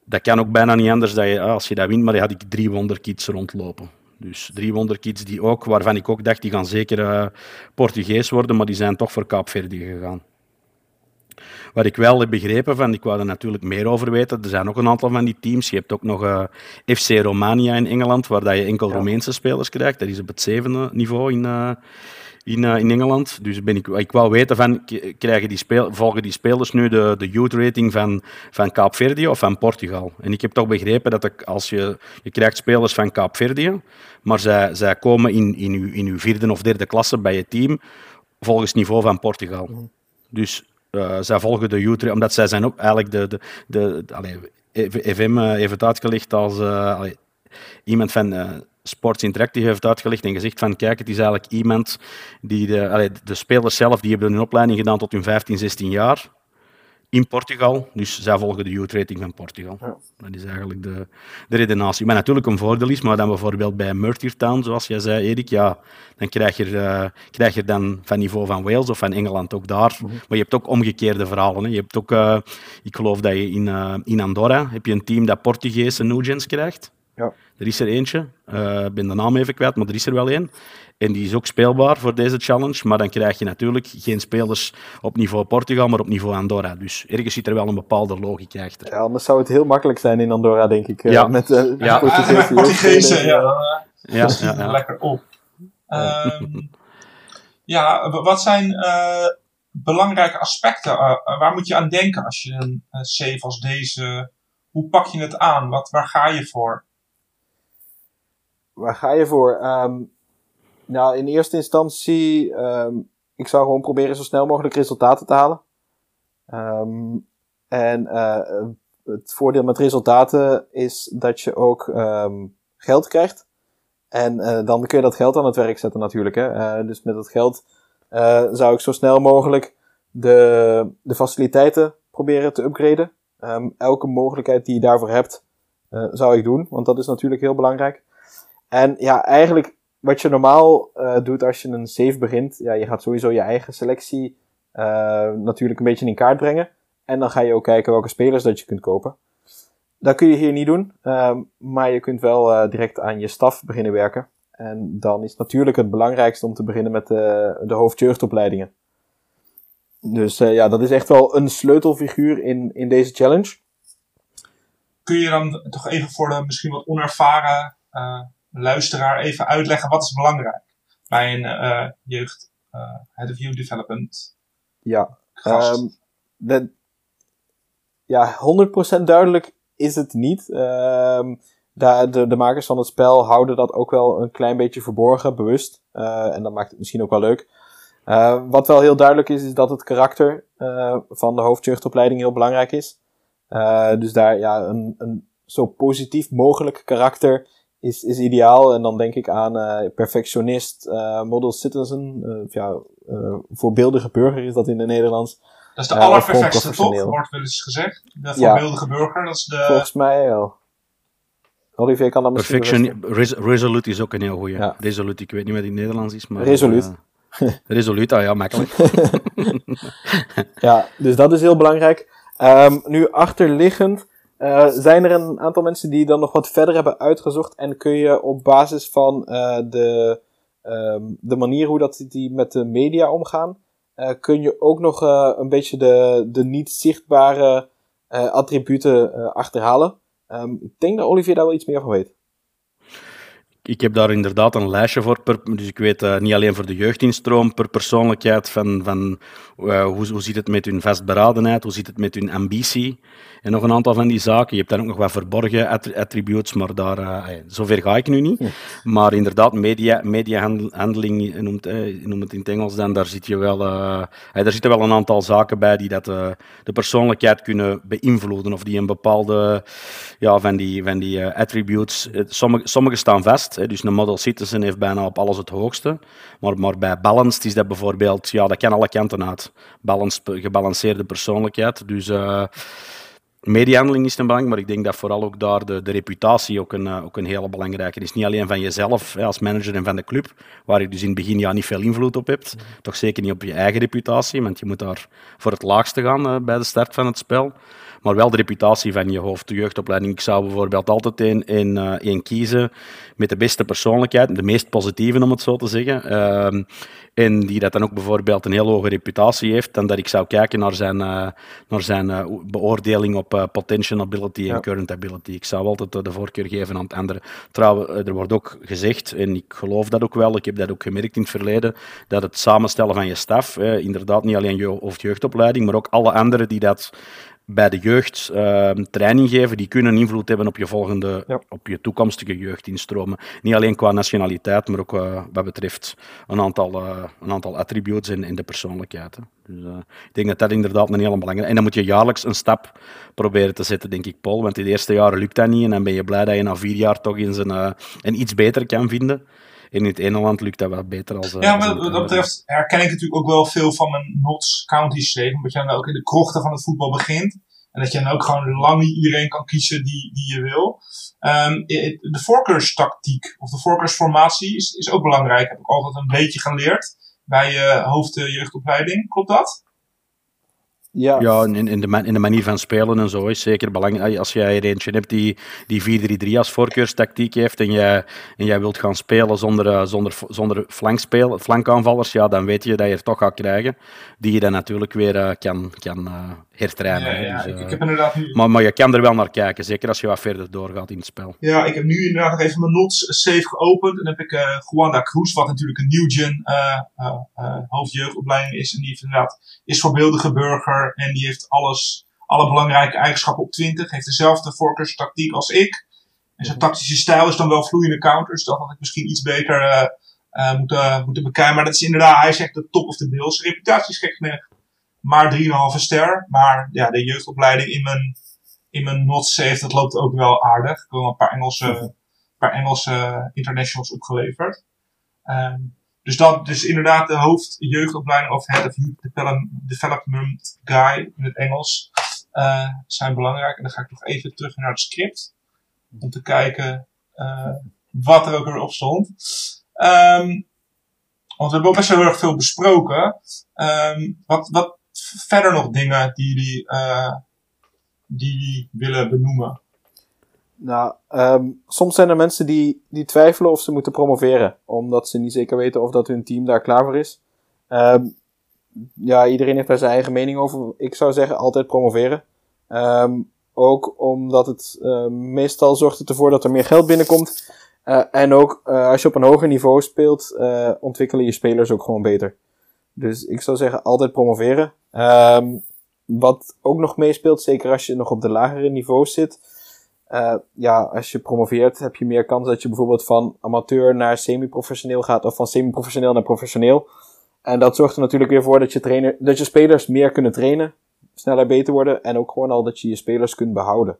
dat kan ook bijna niet anders, dat je, als je dat wint, maar dan had ik 3 wonderkids rondlopen. Dus 3 wonderkids die ook, waarvan ik ook dacht, die gaan zeker Portugees worden, maar die zijn toch voor Kaapverdië gegaan. Wat ik wel heb begrepen, ik wou er natuurlijk meer over weten, er zijn ook een aantal van die teams. Je hebt ook nog FC Romania in Engeland, waar dat je enkel Roemeense spelers krijgt. Dat is op het 7e niveau in Engeland. Dus ik wou weten, volgen die spelers nu de youth rating van Kaapverdië of van Portugal? En ik heb toch begrepen dat als je krijgt spelers van Kaapverdië, maar zij komen in uw 4e of 3e klasse bij je team volgens het niveau van Portugal. Dus zij volgen de youth, omdat zij zijn ook eigenlijk FM heeft het uitgelegd als iemand van Sports Interactive heeft uitgelegd en gezegd van kijk, het is eigenlijk iemand die de spelers zelf, die hebben een opleiding gedaan tot hun 15, 16 jaar in Portugal, dus zij volgen de youth rating van Portugal. Ja. Dat is eigenlijk de redenatie. Maar natuurlijk een voordeel is, maar dan bijvoorbeeld bij Merthyr Town, zoals jij zei, Erik, ja, dan krijg je dan van niveau van Wales of van Engeland ook daar. Maar je hebt ook omgekeerde verhalen. Hè. Je hebt ook, ik geloof dat je in Andorra heb je een team dat Portugese Nugents krijgt. Ja. Er is er eentje, ik ben de naam even kwijt, maar er is er wel één. En die is ook speelbaar voor deze challenge, maar dan krijg je natuurlijk geen spelers op niveau Portugal, maar op niveau Andorra. Dus ergens zit er wel een bepaalde logica achter. Ja, anders zou het heel makkelijk zijn in Andorra, denk ik. Met Portugezen, lekker op. Wat zijn belangrijke aspecten? Waar moet je aan denken als je een save als deze... Hoe pak je het aan? Waar ga je voor? Waar ga je voor? Nou, in eerste instantie, ik zou gewoon proberen zo snel mogelijk resultaten te halen. Het voordeel met resultaten is dat je ook geld krijgt. En dan kun je dat geld aan het werk zetten natuurlijk. Hè? Dus met dat geld zou ik zo snel mogelijk de faciliteiten proberen te upgraden. Elke mogelijkheid die je daarvoor hebt, zou ik doen. Want dat is natuurlijk heel belangrijk. En ja, eigenlijk wat je normaal doet als je een save begint, ja, je gaat sowieso je eigen selectie natuurlijk een beetje in kaart brengen. En dan ga je ook kijken welke spelers dat je kunt kopen. Dat kun je hier niet doen, maar je kunt wel direct aan je staf beginnen werken. En dan is natuurlijk het belangrijkste om te beginnen met de hoofdjeugdopleidingen. Dus dat is echt wel een sleutelfiguur in deze challenge. Kun je dan toch even voor de misschien wat onervaren luisteraar even uitleggen wat is belangrijk bij een jeugd Head of Youth Development? Ja, 100% duidelijk is het niet. De makers van het spel houden dat ook wel een klein beetje verborgen, bewust. En dat maakt het misschien ook wel leuk. Wat wel heel duidelijk is dat het karakter van de hoofdjeugdopleiding heel belangrijk is. Dus daar een zo positief mogelijk karakter is ideaal. En dan denk ik aan perfectionist, model citizen, voorbeeldige burger is dat in het Nederlands. Dat is de allerperfectste, toch? Wordt wel eens gezegd. De voorbeeldige burger, dat is de... Volgens mij wel. Olivier kan dat misschien... Resolute is ook een heel goeie. Ja. Resolute, ik weet niet wat in het Nederlands is, maar... Resolute. Resolute, ja, makkelijk. Ja, dus dat is heel belangrijk. Nu achterliggend zijn er een aantal mensen die dan nog wat verder hebben uitgezocht en kun je op basis van de manier hoe dat die met de media omgaan, kun je ook nog een beetje de niet zichtbare attributen achterhalen. Ik denk dat Olivier daar wel iets meer van weet. Ik heb daar inderdaad een lijstje voor, dus ik weet niet alleen voor de jeugdinstroom, per persoonlijkheid van hoe zit het met hun vastberadenheid, hoe zit het met hun ambitie en nog een aantal van die zaken. Je hebt daar ook nog wat verborgen attributes, maar daar, zover ga ik nu niet. Ja. Maar inderdaad, mediahandeling, noem het in het Engels dan, daar zitten wel een aantal zaken bij die dat de persoonlijkheid kunnen beïnvloeden of die een bepaalde van die attributes, sommige staan vast. Dus een model citizen heeft bijna op alles het hoogste. Maar bij balanced is dat bijvoorbeeld... Ja, dat kan alle kanten uit. Gebalanceerde persoonlijkheid. Dus mediahandeling is een belang, maar ik denk dat vooral ook daar de reputatie ook een hele belangrijke is. Niet alleen van jezelf als manager en van de club, waar je dus in het begin niet veel invloed op hebt. Toch zeker niet op je eigen reputatie, want je moet daar voor het laagste gaan bij de start van het spel. maar wel de reputatie van je hoofd, de jeugdopleiding. Ik zou bijvoorbeeld altijd één kiezen met de beste persoonlijkheid, de meest positieve om het zo te zeggen. En die dat dan ook bijvoorbeeld een heel hoge reputatie heeft, dan dat ik zou kijken naar zijn beoordeling op potential ability en current ability. Ik zou altijd de voorkeur geven aan het andere. Trouwens, er wordt ook gezegd, en ik geloof dat ook wel, ik heb dat ook gemerkt in het verleden, dat het samenstellen van je staf, inderdaad niet alleen je jeugdopleiding, maar ook alle anderen die dat bij de jeugd training geven, die kunnen invloed hebben op je op je toekomstige jeugdinstromen. Niet alleen qua nationaliteit, maar ook wat betreft een aantal attributes in de persoonlijkheid. Hè. Dus ik denk dat dat inderdaad een hele belangrijke is. En dan moet je jaarlijks een stap proberen te zetten, denk ik, Paul. Want in de eerste jaren lukt dat niet en dan ben je blij dat je na 4 jaar toch eens een iets beter kan vinden. In het ene land lukt dat wat beter als... maar wat dat betreft herken ik natuurlijk ook wel veel van mijn Notts County save. Omdat je dan ook in de krochten van het voetbal begint. En dat je dan ook gewoon lang niet iedereen kan kiezen die je wil. De voorkeurstactiek of de voorkeursformatie is ook belangrijk. Heb ik altijd een beetje geleerd bij hoofdjeugdopleiding. Klopt dat? Ja, in de manier van spelen en zo is zeker belangrijk. Als jij er eentje hebt die 4-3-3 als voorkeurstactiek heeft en jij wilt gaan spelen zonder flankaanvallers, ja, dan weet je dat je er toch gaat krijgen, die je dan natuurlijk weer kan hertrainen. Ja, dus, ik heb inderdaad nu... maar je kan er wel naar kijken, zeker als je wat verder doorgaat in het spel. Ja, ik heb nu inderdaad nog even mijn Notts save geopend. En dan heb ik Juan da Cruz, wat natuurlijk een new-gen hoofdjeugdopleiding is. En die heeft inderdaad, is voorbeeldige burger. En die heeft alle belangrijke eigenschappen op 20. Heeft dezelfde voorkeurstactiek als ik. En zijn tactische stijl is dan wel vloeiende counters. Dat had ik misschien iets beter moeten bekijken. Maar dat is inderdaad, hij is echt de top of the bill. Zijn reputatie is gek genoeg maar 3,5 ster. Maar ja, de jeugdopleiding in mijn Notts save, dat loopt ook wel aardig. Ik heb wel een paar Engelse internationals opgeleverd. Dus inderdaad de hoofdjeugdopleiding of Head of Youth Development Guy in het Engels zijn belangrijk. En dan ga ik nog even terug naar het script. Om te kijken wat er ook weer op stond. Want we hebben ook best wel heel erg veel besproken. Wat verder nog dingen die jullie willen benoemen? Nou, soms zijn er mensen die twijfelen of ze moeten promoveren. Omdat ze niet zeker weten of dat hun team daar klaar voor is. Ja, iedereen heeft daar zijn eigen mening over. Ik zou zeggen, altijd promoveren. Ook omdat het meestal zorgt het ervoor dat er meer geld binnenkomt. En ook als je op een hoger niveau speelt, ontwikkelen je spelers ook gewoon beter. Dus ik zou zeggen, altijd promoveren. Wat ook nog meespeelt, zeker als je nog op de lagere niveaus zit. Ja, als je promoveert heb je meer kans dat je bijvoorbeeld van amateur naar semi-professioneel gaat. Of van semi-professioneel naar professioneel. En dat zorgt er natuurlijk weer voor dat je spelers meer kunnen trainen. Sneller beter worden. En ook gewoon al dat je spelers kunt behouden.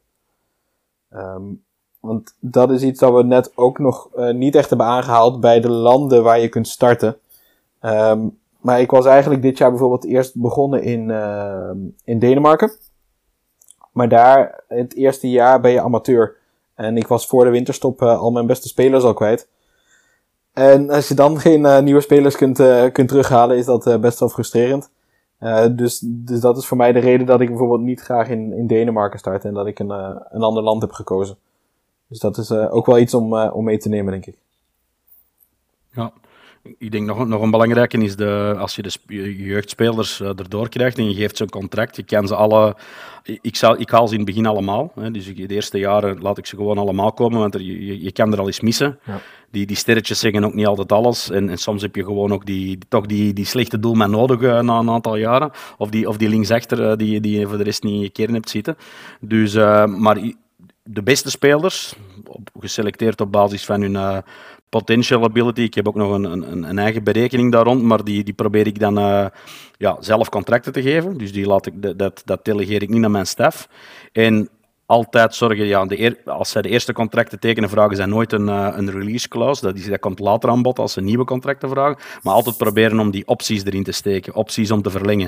Want dat is iets dat we net ook nog niet echt hebben aangehaald bij de landen waar je kunt starten. Maar ik was eigenlijk dit jaar bijvoorbeeld eerst begonnen in Denemarken. Maar daar, het eerste jaar ben je amateur. En ik was voor de winterstop al mijn beste spelers al kwijt. En als je dan geen nieuwe spelers kunt terughalen, is dat best wel frustrerend. Dus dat is voor mij de reden dat ik bijvoorbeeld niet graag in Denemarken start. En dat ik een ander land heb gekozen. Dus dat is ook wel iets om mee te nemen, denk ik. Ja. Ik denk nog een belangrijke is als je de jeugdspelers erdoor krijgt en je geeft ze een contract, je kan ze alle... Ik haal ze in het begin allemaal. Hè, dus de eerste jaren laat ik ze gewoon allemaal komen, want je kan er al eens missen. Ja. Die sterretjes zeggen ook niet altijd alles. En soms heb je gewoon ook die slechte doelman nodig na een aantal jaren. Of die linksachter die je voor de rest niet in je kern hebt zitten. Dus, maar de beste spelers, geselecteerd op basis van hun... potential ability. Ik heb ook nog een eigen berekening daar rond, maar die probeer ik dan zelf contracten te geven. Dus dat delegeer ik niet naar mijn staf. En altijd zorgen, als zij de eerste contracten tekenen, vragen zij nooit een release clause. Dat komt later aan bod als ze nieuwe contracten vragen. Maar altijd proberen om die opties erin te steken. Opties om te verlengen.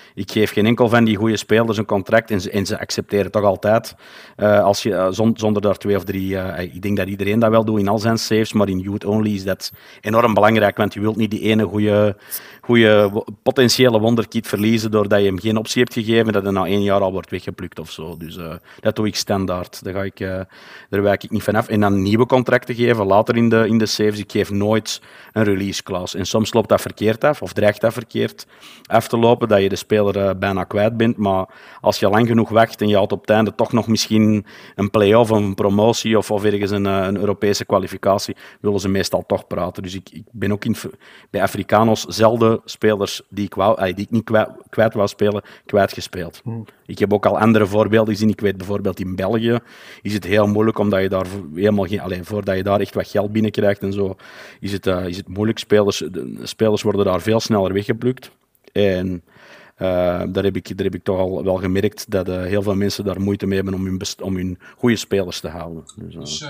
Ik geef geen enkel van die goede spelers een contract en ze accepteren toch altijd. Als je, zonder daar 2 of 3... ik denk dat iedereen dat wel doet in al zijn saves, maar in youth only is dat enorm belangrijk, want je wilt niet die ene goede potentiële wonderkid verliezen doordat je hem geen optie hebt gegeven dat hij na 1 jaar al wordt weggeplukt of zo. Dus dat doe ik standaard. Daar wijk ik niet van af. En dan nieuwe contracten geven later in de saves. Ik geef nooit een release clause. En soms loopt dat verkeerd af, of dreigt dat verkeerd af te lopen, dat je de speler bijna kwijt bent. Maar als je lang genoeg wacht en je houdt op het einde toch nog misschien een play-off of een promotie of ergens een Europese kwalificatie, willen ze meestal toch praten. Dus ik ben ook bij Afrikanos zelden spelers die ik niet kwijt wou spelen, kwijtgespeeld. Ik heb ook al andere voorbeelden gezien. Ik weet bijvoorbeeld in België is het heel moeilijk, omdat je daar helemaal geen... voordat je daar echt wat geld binnenkrijgt en zo, is het moeilijk. Spelers worden daar veel sneller weggeplukt. En daar heb ik toch al wel gemerkt dat heel veel mensen daar moeite mee hebben om hun goede spelers te houden. Dus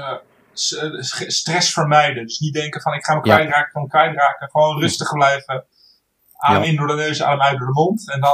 stress vermijden. Dus niet denken van ik ga me kwijtraken. Gewoon rustig blijven. Adem in door de neus, adem uit door de mond. En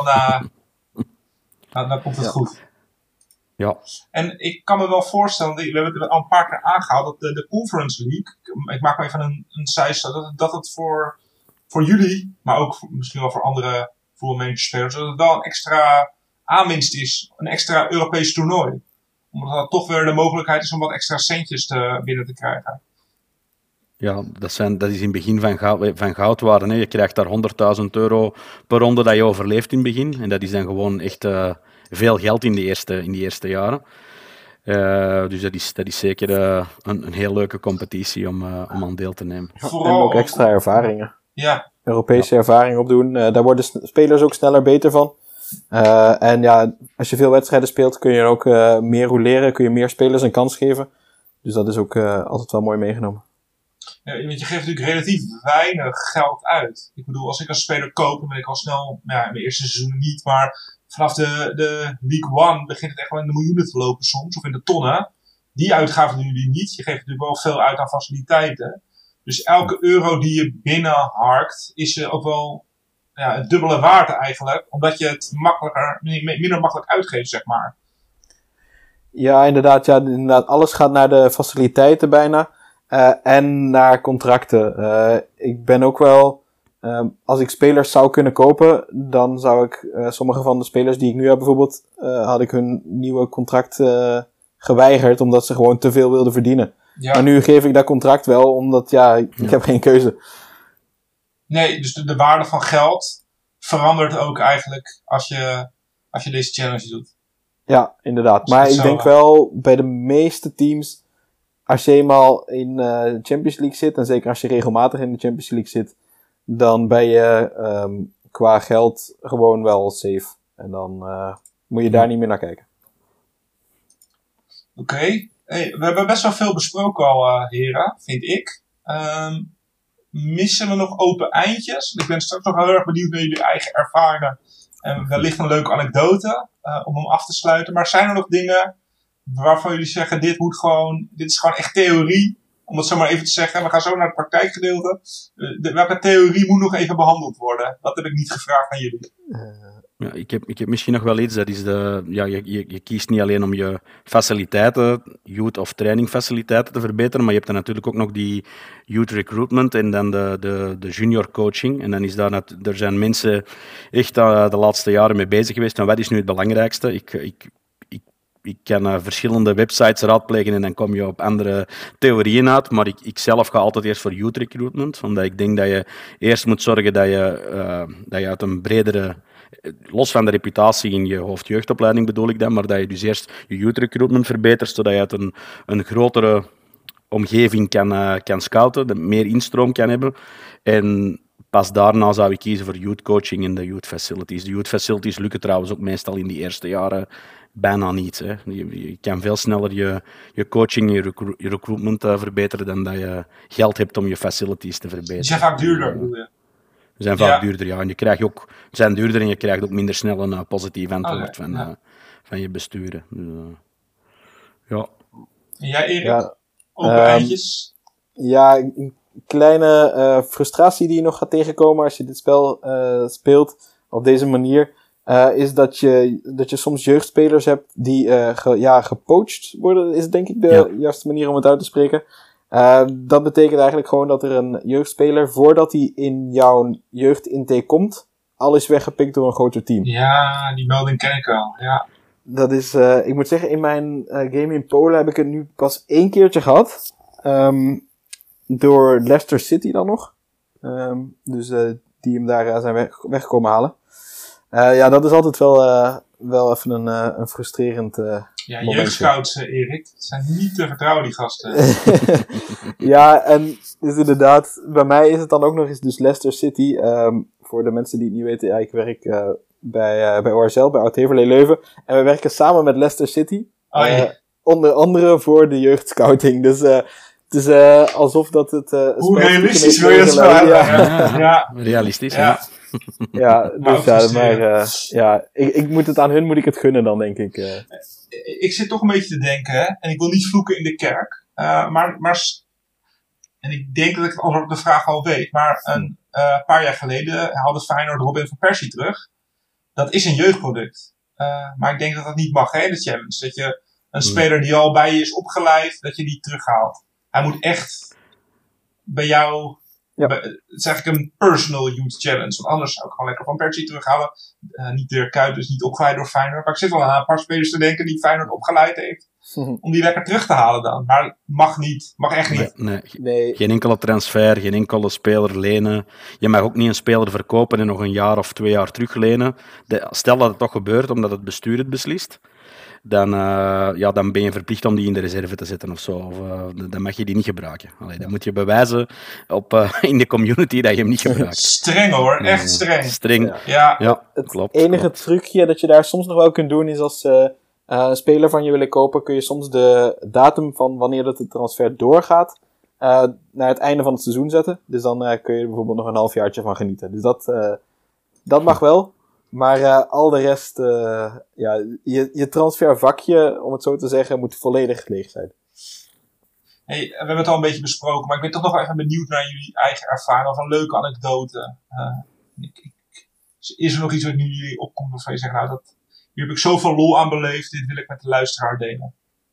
dan komt het goed. Ja. En ik kan me wel voorstellen, we hebben het al een paar keer aangehaald, dat de Conference League, ik maak maar even een zijstap, dat het voor jullie, maar ook misschien wel voor andere voetbalmanagerspelers, dat het wel een extra aanwinst is, een extra Europees toernooi. Omdat dat toch weer de mogelijkheid is om wat extra centjes binnen te krijgen. Ja, dat is in het begin van goud waren. Hè. Je krijgt daar €100.000 per ronde dat je overleeft in het begin. En dat is dan gewoon echt veel geld in die eerste jaren. Dus dat is zeker een heel leuke competitie om aan deel te nemen. Vooral en ook extra ervaringen. Ja. Europese ervaring opdoen. Daar worden spelers ook sneller beter van. En ja, als je veel wedstrijden speelt, kun je ook meer roleren. Kun je meer spelers een kans geven. Dus dat is ook altijd wel mooi meegenomen. Ja, want je geeft natuurlijk relatief weinig geld uit. Ik bedoel, als ik een speler koop, dan ben ik al snel, in mijn eerste seizoen niet, maar vanaf de League One begint het echt wel in de miljoenen te lopen soms, of in de tonnen. Die uitgaven doen jullie niet. Je geeft natuurlijk wel veel uit aan faciliteiten. Dus elke euro die je binnenharkt, is ook wel het dubbele waarde eigenlijk, omdat je het minder makkelijk uitgeeft, zeg maar. Ja, inderdaad. Alles gaat naar de faciliteiten bijna. En naar contracten. Ik ben ook wel... als ik spelers zou kunnen kopen, dan zou ik sommige van de spelers die ik nu heb bijvoorbeeld, had ik hun nieuwe contract geweigerd, omdat ze gewoon te veel wilden verdienen. Ja. Maar nu geef ik dat contract wel, omdat ik heb geen keuze. Nee, dus de waarde van geld verandert ook eigenlijk als je deze challenge doet. Ja, inderdaad. Maar ik denk wel, bij de meeste teams, als je eenmaal in de Champions League zit, en zeker als je regelmatig in de Champions League zit, dan ben je qua geld gewoon wel safe. En dan moet je daar niet meer naar kijken. Oké. Hey, we hebben best wel veel besproken al, heren, vind ik. Missen we nog open eindjes? Ik ben straks nog heel erg benieuwd naar jullie eigen ervaringen. En wellicht een leuke anekdote om hem af te sluiten. Maar zijn er nog dingen waarvan jullie zeggen, dit is gewoon echt theorie? Om het zo maar even te zeggen. We gaan zo naar het praktijkgedeelte. Welke theorie moet nog even behandeld worden? Dat heb ik niet gevraagd aan jullie. Ja, ik heb misschien nog wel iets. Dat is je kiest niet alleen om je faciliteiten, youth of trainingfaciliteiten te verbeteren, maar je hebt dan natuurlijk ook nog die youth recruitment en dan de junior coaching. En dan is er zijn mensen echt de laatste jaren mee bezig geweest. En wat is nu het belangrijkste? Ik kan verschillende websites raadplegen en dan kom je op andere theorieën uit. Maar ik zelf ga altijd eerst voor youth recruitment. Omdat ik denk dat je eerst moet zorgen dat je uit een bredere... Los van de reputatie in je hoofdjeugdopleiding bedoel ik dan, maar dat je dus eerst je youth recruitment verbetert, zodat je uit een grotere omgeving kan scouten, meer instroom kan hebben. En pas daarna zou ik kiezen voor youth coaching en de youth facilities. De youth facilities lukken trouwens ook meestal in die eerste jaren bijna niet. Hè. Je kan veel sneller je coaching, je recruitment verbeteren dan dat je geld hebt om je facilities te verbeteren. Die zijn vaak duurder, bedoel je? Ze zijn vaak duurder, ja. En ze zijn duurder en je krijgt ook minder snel een positief antwoord van je besturen. Dus, ja. En jij, Erik? Open eindjes? Ja, een kleine frustratie die je nog gaat tegenkomen als je dit spel speelt op deze manier. is dat je soms jeugdspelers hebt die gepoached worden, is denk ik de juiste manier om het uit te spreken. Dat betekent eigenlijk gewoon dat er een jeugdspeler, voordat hij in jouw jeugdintake komt, al is weggepikt door een groter team. Ja, die melding ken ik wel, ja. Dat is, ik moet zeggen, in mijn game in Polen heb ik het nu pas 1 keertje gehad. Door Leicester City dan nog. Dus die hem daar zijn weggekomen halen. Dat is altijd wel even een frustrerend momentje. Jeugdscouts, Erik. Het zijn niet te vertrouwen, die gasten. Ja, en dus inderdaad, bij mij is het dan ook nog eens dus Leicester City. Voor de mensen die het niet weten, ik werk bij ORZL, bij Oud-Heverlee Leuven. En we werken samen met Leicester City. Onder andere voor de jeugdscouting. Dus het is alsof dat het... Hoe realistisch wil je het spelen? Ja. Realistisch, ja. Ja, dus ik moet het aan hun moet ik het gunnen dan, denk ik. Ik zit toch een beetje te denken, hè? En ik wil niet vloeken in de kerk. Maar en ik denk dat ik het antwoord op de vraag al weet. Maar een paar jaar geleden haalde Feyenoord Robin van Persie terug. Dat is een jeugdproduct. Maar ik denk dat dat niet mag, hè, de challenge. Dat je een speler die al bij je is opgeleid, dat je die terughaalt. Hij moet echt bij jou... Ja. Het is eigenlijk een personal youth challenge. Want anders zou ik gewoon lekker Van Persie terughalen. Niet Dirk Kuyt, dus niet opgeleid door Feyenoord. Maar ik zit wel aan een paar spelers te denken die Feyenoord opgeleid heeft. Om die lekker terug te halen dan. Maar het mag niet. Mag echt niet. Nee. Geen enkele transfer, geen enkele speler lenen. Je mag ook niet een speler verkopen en nog een jaar of 2 jaar teruglenen. Stel dat het toch gebeurt omdat het bestuur het beslist. Dan ben je verplicht om die in de reserve te zetten of zo. Of, dan mag je die niet gebruiken. Dan moet je bewijzen in de community dat je hem niet gebruikt. Streng hoor, echt streng. Streng. Ja, het klopt. Het enige trucje dat je daar soms nog wel kunt doen is als een speler van je willen kopen, kun je soms de datum van wanneer dat de transfer doorgaat naar het einde van het seizoen zetten. Dus dan kun je er bijvoorbeeld nog een halfjaartje van genieten. Dus dat mag wel. Maar al de rest, je transfervakje, om het zo te zeggen, moet volledig leeg zijn. Hey, we hebben het al een beetje besproken, maar ik ben toch nog wel even benieuwd naar jullie eigen ervaring of een leuke anekdote. Is er nog iets wat nu jullie opkomt waarvan je zegt, nou, hier heb ik zoveel lol aan beleefd, dit wil ik met de luisteraar delen?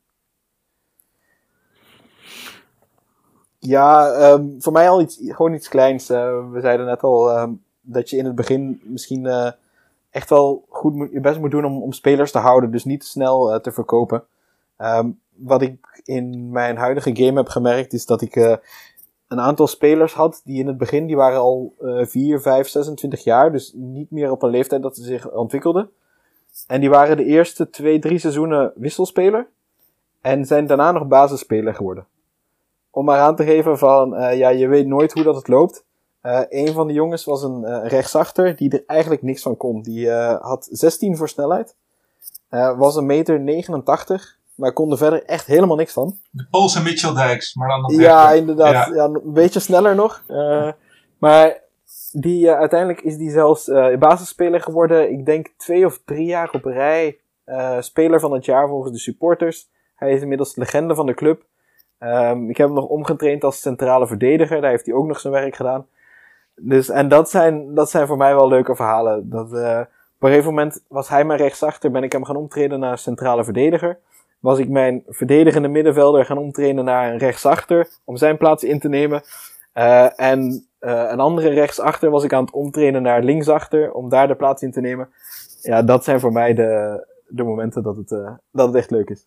Ja, voor mij al gewoon iets kleins. We zeiden net al dat je in het begin misschien echt wel goed je best moet doen om spelers te houden. Dus niet te snel te verkopen. Wat ik in mijn huidige game heb gemerkt is dat ik een aantal spelers had die in het begin, die waren al 4, 5, 26 jaar. Dus niet meer op een leeftijd dat ze zich ontwikkelden. En die waren de eerste 2, 3 seizoenen wisselspeler. En zijn daarna nog basisspeler geworden. Om maar aan te geven van, je weet nooit hoe dat het loopt. Een van de jongens was een rechtsachter die er eigenlijk niks van kon. Die had 16 voor snelheid. Was 1,89 meter. Maar kon er verder echt helemaal niks van. De Poolse Mitchell Dijks, maar dan nog ja, inderdaad. Ja, een beetje sneller nog. Maar uiteindelijk is die zelfs basisspeler geworden. Ik denk 2 of 3 jaar op een rij. Speler van het jaar volgens de supporters. Hij is inmiddels legende van de club. Ik heb hem nog omgetraind als centrale verdediger. Daar heeft hij ook nog zijn werk gedaan. Dus, en dat zijn voor mij wel leuke verhalen. Op een gegeven moment was hij mijn rechtsachter. Ben ik hem gaan omtrainen naar centrale verdediger. Was ik mijn verdedigende middenvelder gaan omtrainen naar een rechtsachter. Om zijn plaats in te nemen. En een andere rechtsachter was ik aan het omtrainen naar linksachter. Om daar de plaats in te nemen. Ja, dat zijn voor mij de momenten dat het echt leuk is.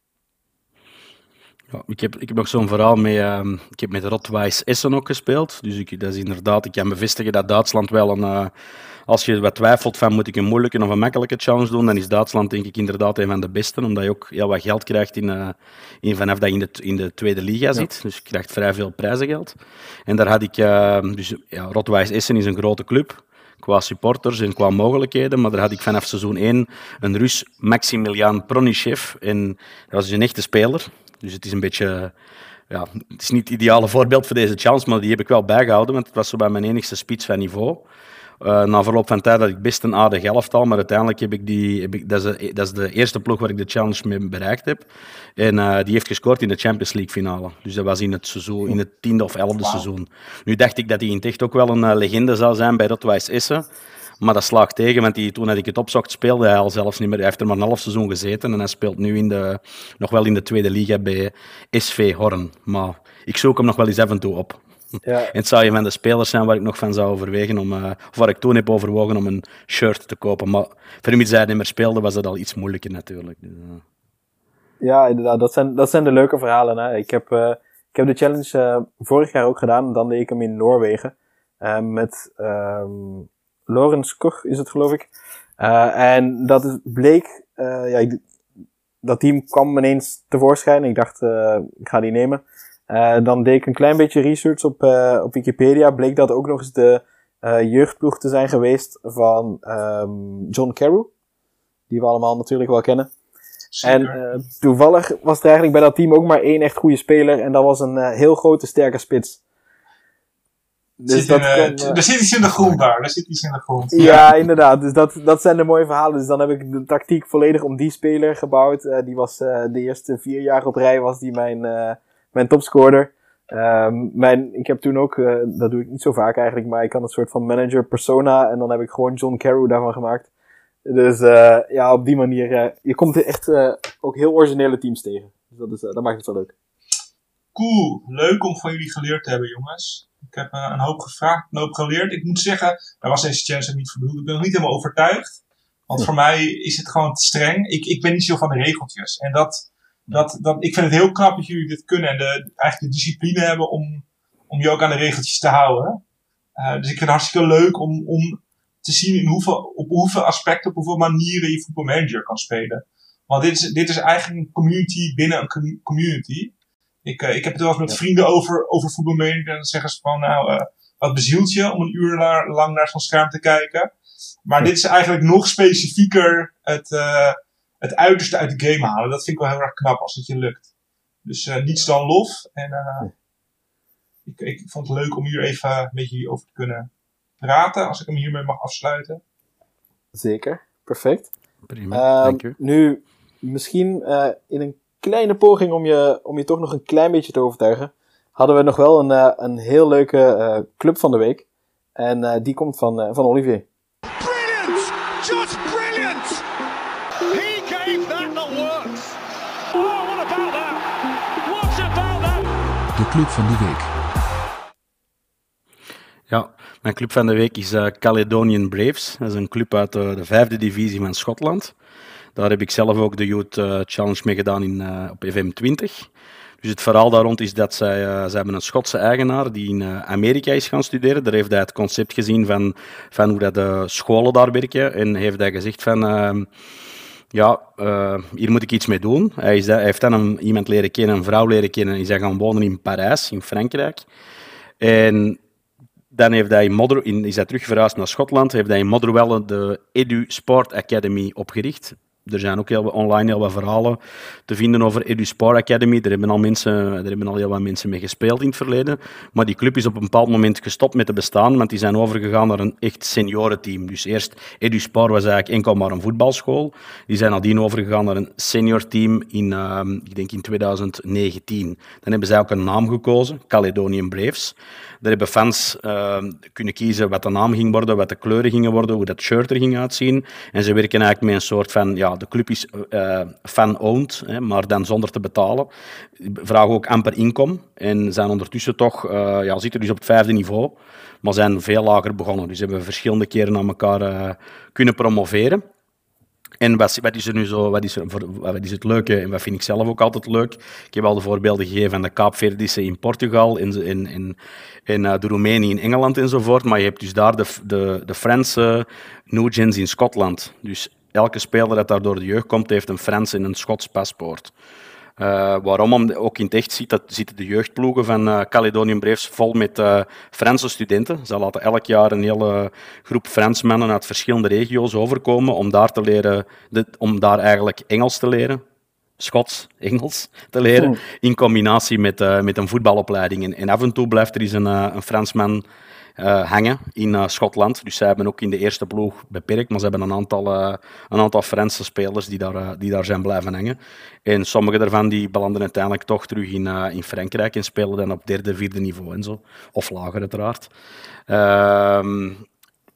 Ja, ik heb nog zo'n verhaal mee. Ik heb met Rot-Weiss Essen ook gespeeld. Dus dat is inderdaad, ik kan bevestigen dat Duitsland wel als je wat twijfelt van moet ik een moeilijke of een makkelijke challenge doen, dan is Duitsland denk ik inderdaad een van de beste, omdat je ook heel wat geld krijgt vanaf dat je in de tweede liga zit. Ja. Dus je krijgt vrij veel prijzengeld. En daar had ik, Rot-Weiss Essen is een grote club. Qua supporters en qua mogelijkheden, maar daar had ik vanaf seizoen 1 een Rus, Maximilian Pronishev. En dat was dus een echte speler. Dus het is een beetje... Ja, het is niet het ideale voorbeeld voor deze challenge, maar die heb ik wel bijgehouden, want het was zo bij mijn enigste spits van niveau. Na verloop van tijd had ik best een aardig elftal, maar uiteindelijk heb ik dat is de eerste ploeg waar ik de challenge mee bereikt heb. En die heeft gescoord in de Champions League finale. Dus dat was in het 10e of 11e seizoen. Nu dacht ik dat hij in het echt ook wel een legende zou zijn bij Rot-Weiss Essen. Maar dat slaagt tegen, want toen ik het opzocht speelde hij al zelfs niet meer. Hij heeft er maar een half seizoen gezeten en hij speelt nu nog wel in de tweede liga bij SV Horn. Maar ik zoek hem nog wel eens af en toe op. Ja. En het zou je van de spelers zijn waar ik nog van zou overwegen, of waar ik toen heb overwogen om een shirt te kopen. Maar vermits hij niet meer speelde, was dat al iets moeilijker natuurlijk. Dus, Ja, inderdaad. Dat zijn de leuke verhalen. Hè. Ik heb de challenge vorig jaar ook gedaan. Dan deed ik hem in Noorwegen. Met Laurens Koch is het, geloof ik. En dat bleek... dat team kwam ineens tevoorschijn. Ik dacht, ik ga die nemen. Dan deed ik een klein beetje research op Wikipedia. Bleek dat ook nog eens de jeugdploeg te zijn geweest van John Carew. Die we allemaal natuurlijk wel kennen. Zeker. En toevallig was er eigenlijk bij dat team ook maar één echt goede speler. En dat was een heel grote, sterke spits. Dus er zit iets in de grond daar. Ja, inderdaad. Dus dat zijn de mooie verhalen. Dus dan heb ik de tactiek volledig om die speler gebouwd. Die was de eerste 4 jaar op rij was die mijn topscorer. Ik heb toen ook, dat doe ik niet zo vaak eigenlijk, maar ik had een soort van manager persona. En dan heb ik gewoon John Carew daarvan gemaakt. Dus op die manier, je komt echt ook heel originele teams tegen. Dus dat maakt het wel leuk. Cool, leuk om van jullie geleerd te hebben, jongens. Ik heb een hoop gevraagd, een hoop geleerd. Ik moet zeggen, daar was deze challenge niet voor bedoeld. Ik ben nog niet helemaal overtuigd. Want voor mij is het gewoon te streng. Ik ben niet zo van de regeltjes. En ik vind het heel knap dat jullie dit kunnen. En eigenlijk de discipline hebben om je ook aan de regeltjes te houden. Dus ik vind het hartstikke leuk om te zien op hoeveel aspecten, op hoeveel manieren je voetbalmanager kan spelen. Want dit is eigenlijk een community binnen een community. Ik heb het wel eens met vrienden over voetbalmanager. En dan zeggen ze van, wat bezielt je om 1 uur lang naar zo'n scherm te kijken. Maar dit is eigenlijk nog specifieker het uiterste uit de game halen. Dat vind ik wel heel erg knap als het je lukt. Dus niets dan lof. En ik vond het leuk om hier even met jullie over te kunnen praten. Als ik hem hiermee mag afsluiten. Zeker, perfect. Prima, dank u. Nu, misschien in een kleine poging om je toch nog een klein beetje te overtuigen, hadden we nog wel een heel leuke club van de week. En die komt van Olivier. Brilliant! Just brilliant! He gave that the works. Oh, what about that? What about that? De club van de week. Ja, mijn club van de week is Caledonian Braves. Dat is een club uit de 5e divisie van Schotland. Daar heb ik zelf ook de Youth Challenge mee gedaan op FM20. Dus het verhaal daar rond is dat zij hebben een Schotse eigenaar die in Amerika is gaan studeren. Daar heeft hij het concept gezien van hoe dat de scholen daar werken. En heeft hij gezegd van, hier moet ik iets mee doen. Hij heeft dan iemand leren kennen, een vrouw leren kennen. En is hij gaan wonen in Parijs, in Frankrijk. En dan is hij terug verhuisd naar Schotland. Heeft hij in Motherwell de Edu Sport Academy opgericht. Er zijn ook online heel wat verhalen te vinden over Edu Sport Academy. Daar hebben al heel wat mensen mee gespeeld in het verleden. Maar die club is op een bepaald moment gestopt met te bestaan, want die zijn overgegaan naar een echt seniorenteam. Dus eerst Edu Sport was eigenlijk enkel maar een voetbalschool. Die zijn nadien overgegaan naar een seniorteam ik denk in 2019. Dan hebben zij ook een naam gekozen, Caledonian Braves. Daar hebben fans kunnen kiezen wat de naam ging worden, wat de kleuren gingen worden, hoe dat shirt er ging uitzien. En ze werken eigenlijk met een soort van, de club is fan-owned, maar dan zonder te betalen. Vragen ook amper inkomen en zijn ondertussen toch, zitten dus op het 5e niveau, maar zijn veel lager begonnen. Dus hebben we verschillende keren aan elkaar kunnen promoveren. En wat is er nu zo, wat is het leuke en wat vind ik zelf ook altijd leuk? Ik heb al de voorbeelden gegeven van de Kaapverdische in Portugal en de Roemenië in Engeland enzovoort, maar je hebt dus daar de Franse Nugents in Schotland. Dus elke speler dat daar door de jeugd komt, heeft een Frans en een Schots paspoort. Waarom? Ook in het echt zitten de jeugdploegen van Caledonian Braves vol met Franse studenten. Ze laten elk jaar een hele groep Fransmannen uit verschillende regio's overkomen om daar te leren, om daar eigenlijk Engels te leren. Schots, Engels te leren, in combinatie met een voetbalopleiding. En af en toe blijft er eens een Fransman hangen in Schotland. Dus zij hebben ook in de eerste ploeg beperkt, maar ze hebben een aantal Franse spelers die daar zijn blijven hangen. En sommige daarvan die belanden uiteindelijk toch terug in Frankrijk en spelen dan op 3e, 4e niveau en zo. Of lager uiteraard.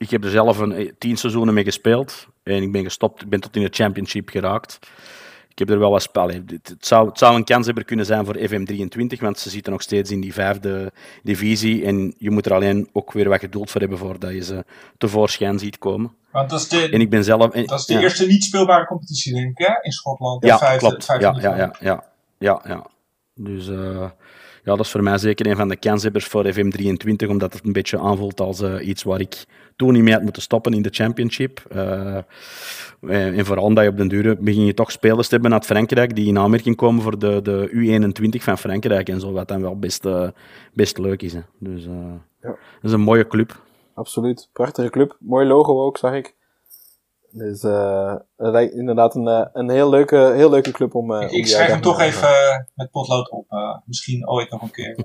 ik heb er zelf 10 seizoenen mee gespeeld. En ik ben gestopt, ik ben tot in de Championship geraakt. Ik heb er wel wat spelen. Het zou een kanshebber kunnen zijn voor FM23, want ze zitten nog steeds in die 5e divisie. En je moet er alleen ook weer wat geduld voor hebben voordat je ze tevoorschijn ziet komen. Want dat is en ik ben zelf, dat is de eerste niet speelbare competitie, denk ik, hè? In Schotland. Ja, klopt. Ja. Dus dat is voor mij zeker een van de kanshebbers voor FM23, omdat het een beetje aanvoelt als iets waar ik toen niet mee had moeten stoppen in de Championship. En vooral omdat je op den duur begin je toch spelers te hebben uit Frankrijk die in aanmerking komen voor de U21 van Frankrijk en zo, wat dan wel best leuk is. Hè. Dus dat is een mooie club. Absoluut, prachtige club. Mooi logo ook, zag ik. Dus het lijkt inderdaad een heel leuke club om... ik schrijf hem toch even met potlood op. Misschien ooit nog een keer.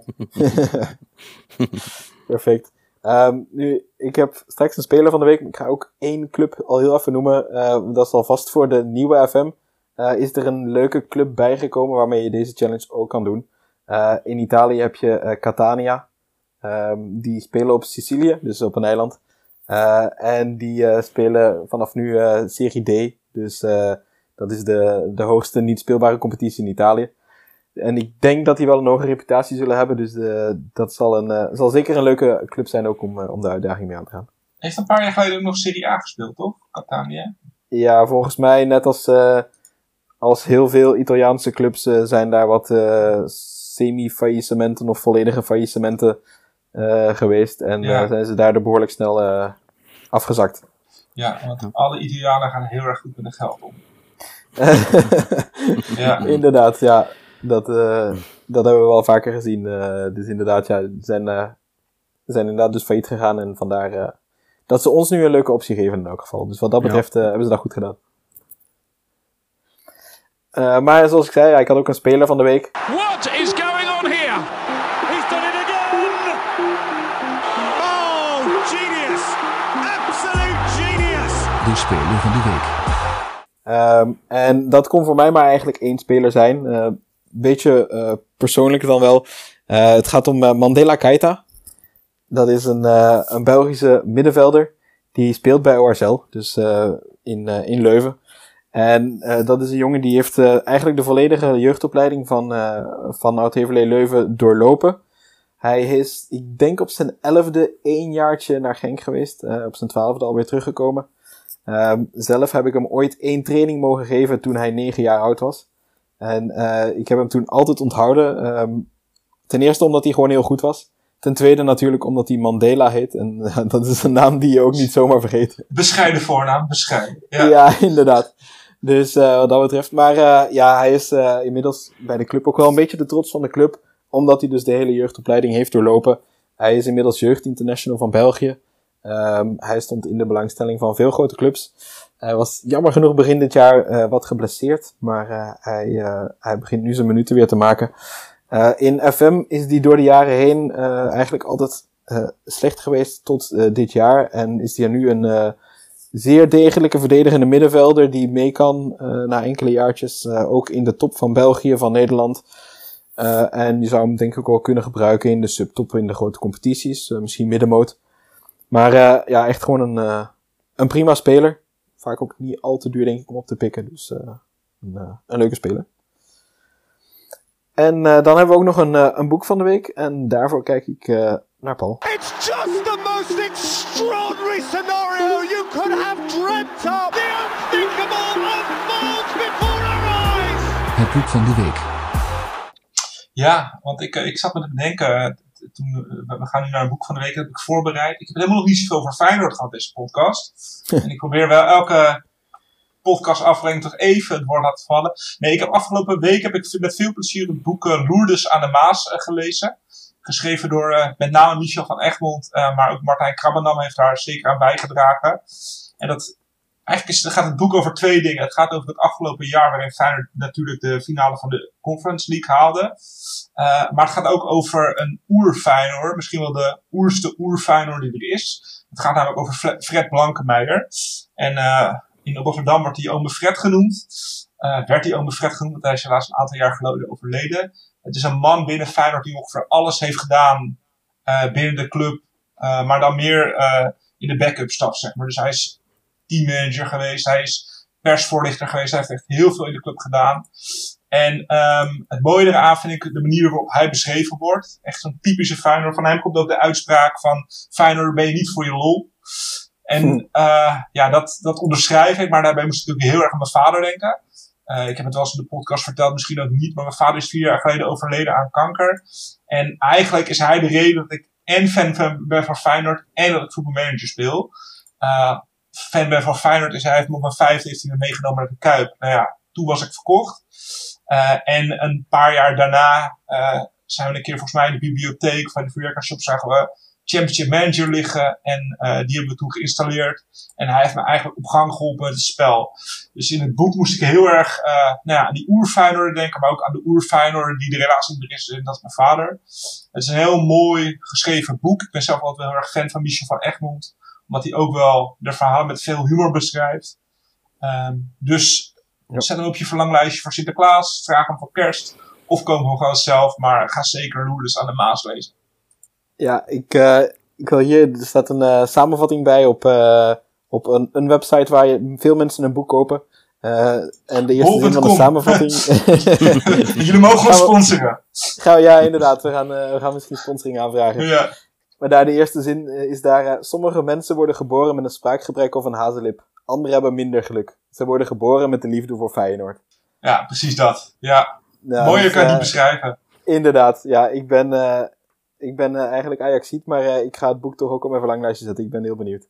Perfect. Nu, ik heb straks een speler van de week. Ik ga ook 1 club al heel even noemen. Dat is alvast voor de nieuwe FM. Is er een leuke club bijgekomen waarmee je deze challenge ook kan doen. In Italië heb je Catania. Die spelen op Sicilië, dus op een eiland. En die spelen vanaf nu Serie D. Dus dat is de hoogste niet speelbare competitie in Italië. En ik denk dat die wel een hoge reputatie zullen hebben. Dus dat zal zeker een leuke club zijn ook om de uitdaging mee aan te gaan. Heeft een paar jaar geleden ook nog Serie A gespeeld, toch? Catania? Ja, volgens mij net als heel veel Italiaanse clubs zijn daar wat semi-faillissementen of volledige faillissementen geweest. En zijn ze daardoor behoorlijk snel afgezakt. Ja, want alle Italianen gaan heel erg goed met de geld om. Inderdaad, ja. Dat hebben we wel vaker gezien. Dus inderdaad, ja, zijn inderdaad dus failliet gegaan. En vandaar dat ze ons nu een leuke optie geven in elk geval. Dus wat dat betreft hebben ze dat goed gedaan. Maar zoals ik zei, ik had ook een speler van de week. What is going on here? He's done it again! Oh, genius! Absolute genius! De speler van de week. En dat kon voor mij maar eigenlijk 1 speler zijn. Beetje persoonlijk dan wel. Het gaat om Mandela Keita. Dat is een Belgische middenvelder. Die speelt bij ORSL, dus in Leuven. En dat is een jongen die heeft eigenlijk de volledige jeugdopleiding van Oud-Heverlee Leuven doorlopen. Hij is, ik denk op zijn 11e 1 jaartje naar Genk geweest. Op zijn 12e alweer teruggekomen. Zelf heb ik hem ooit 1 training mogen geven toen hij 9 jaar oud was. En ik heb hem toen altijd onthouden. Ten eerste omdat hij gewoon heel goed was. Ten tweede natuurlijk omdat hij Mandela heet. En dat is een naam die je ook niet zomaar vergeet. Bescheiden voornaam, bescheiden. Ja, inderdaad. Dus wat dat betreft. Maar hij is inmiddels bij de club ook wel een beetje de trots van de club. Omdat hij dus de hele jeugdopleiding heeft doorlopen. Hij is inmiddels jeugdinternational van België. Hij stond in de belangstelling van veel grote clubs. Hij was jammer genoeg begin dit jaar wat geblesseerd. Maar hij begint nu zijn minuten weer te maken. In FM is hij door de jaren heen eigenlijk altijd slecht geweest tot dit jaar. En is hij nu een zeer degelijke verdedigende middenvelder die mee kan na enkele jaartjes. Ook in de top van België, van Nederland. En je zou hem denk ik ook wel kunnen gebruiken in de subtop in de grote competities. Misschien middenmoot. Maar echt gewoon een prima speler. Vaak ook niet al te duur denk ik om op te pikken. Dus een leuke speler. En dan hebben we ook nog een boek van de week. En daarvoor kijk ik naar Paul. It's just the most extraordinary scenario you could have dreamt of. The unthinkable unfolds before our eyes. Het boek van de week. Ja, want ik zat me te bedenken, we gaan nu naar een boek van de week, dat heb ik voorbereid. Ik heb helemaal nog niet zoveel over Feyenoord gehad, deze podcast. En ik probeer wel elke podcastaflevering toch even het woord laten vallen. Nee, afgelopen week heb ik met veel plezier het boek Lourdes aan de Maas gelezen. Geschreven door met name Michel van Egmond, maar ook Martijn Krabbenam heeft daar zeker aan bijgedragen. En eigenlijk gaat het boek over 2 dingen. Het gaat over het afgelopen jaar waarin Feyenoord natuurlijk de finale van de Conference League haalde. Maar het gaat ook over een oer-Feyenoord. Misschien wel de oerste oer-Feyenoord die er is. Het gaat namelijk over Fred Blankemeijer. En in Rotterdam wordt hij Ome Fred genoemd. Werd hij Ome Fred genoemd, want hij is helaas een aantal jaar geleden overleden. Het is een man binnen Feyenoord die ongeveer alles heeft gedaan binnen de club. Maar dan meer in de backup staf, zeg maar. Dus hij is teammanager geweest, hij is persvoorlichter geweest, hij heeft echt heel veel in de club gedaan. En het mooie eraan vind ik de manier waarop hij beschreven wordt. Echt zo'n typische Feyenoord. Van hem komt ook de uitspraak van Feyenoord ben je niet voor je lol. En dat onderschrijf ik, maar daarbij moest ik natuurlijk heel erg aan mijn vader denken. Ik heb het wel eens in de podcast verteld, misschien ook niet, maar mijn vader is 4 jaar geleden overleden aan kanker. En eigenlijk is hij de reden dat ik en fan ben van Feyenoord en dat ik voetbalmanager speel. Fan ben van Feyenoord is, hij heeft me op mijn 5e meegenomen naar de Kuip. Nou ja, toen was ik verkocht. En een paar jaar daarna zijn we een keer volgens mij in de bibliotheek van de Vuurwerkershop zagen we Championship Manager liggen. En die hebben we toen geïnstalleerd. En hij heeft me eigenlijk op gang geholpen met het spel. Dus in het boek moest ik heel erg aan die oer-Feyenoorder denken. Maar ook aan de oer-Feyenoorder die er helaas niet meer is. En dat is mijn vader. Het is een heel mooi geschreven boek. Ik ben zelf altijd wel heel erg fan van Michel van Egmond. Omdat hij ook wel de verhalen met veel humor beschrijft. Dus zet hem op je verlanglijstje voor Sinterklaas. Vraag hem voor kerst. Of koop hem gewoon zelf. Maar ga zeker Lourdes aan de Maas lezen. Ja, ik wil hier... Er staat een samenvatting bij op een website waar veel mensen een boek kopen. En de eerste zin van de samenvatting... Jullie mogen ons sponsoren. Ja, inderdaad. We gaan misschien sponsoring aanvragen. Ja. Maar daar de eerste zin is daar... sommige mensen worden geboren met een spraakgebrek of een hazenlip. Anderen hebben minder geluk. Ze worden geboren met de liefde voor Feyenoord. Ja, precies dat. Ja. Mooier kan je niet beschrijven. Inderdaad. Ja, ik ben eigenlijk Ajaxiet, maar ik ga het boek toch ook op mijn verlanglijstje zetten. Ik ben heel benieuwd.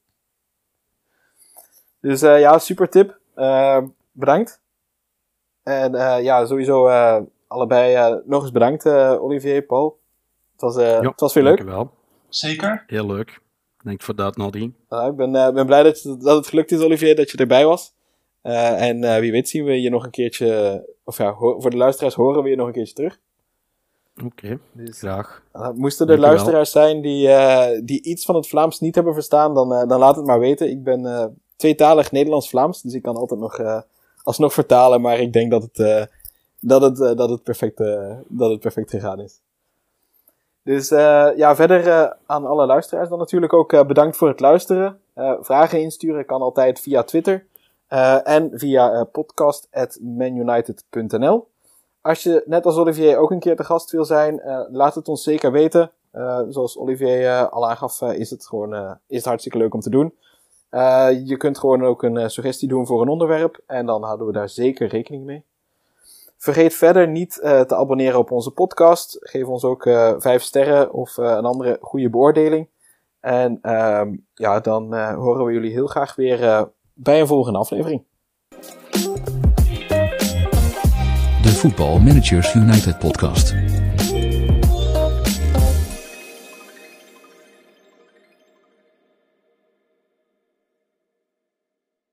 Dus super tip. Bedankt. En sowieso allebei nog eens bedankt, Olivier, Paul. Het was weer leuk. Dankjewel. Zeker. Heel leuk. Denk voor dat, Nadine. Ik ben blij dat het gelukt is, Olivier, dat je erbij was. En wie weet zien we je nog een keertje... Of ja, voor de luisteraars horen we je nog een keertje terug. Oké, dus, graag. Moesten er luisteraars zijn die iets van het Vlaams niet hebben verstaan, dan laat het maar weten. Ik ben tweetalig Nederlands-Vlaams, dus ik kan altijd nog alsnog vertalen, maar ik denk dat het perfect gegaan is. Dus verder aan alle luisteraars dan natuurlijk ook bedankt voor het luisteren. Vragen insturen kan altijd via Twitter en via podcast@manunited.nl. Als je, net als Olivier, ook een keer te gast wil zijn, laat het ons zeker weten. Zoals Olivier al aangaf, is het hartstikke leuk om te doen. Je kunt gewoon ook een suggestie doen voor een onderwerp. En dan houden we daar zeker rekening mee. Vergeet verder niet te abonneren op onze podcast. Geef ons ook 5 sterren of een andere goede beoordeling. En dan horen we jullie heel graag weer bij een volgende aflevering. De Football Managers United podcast.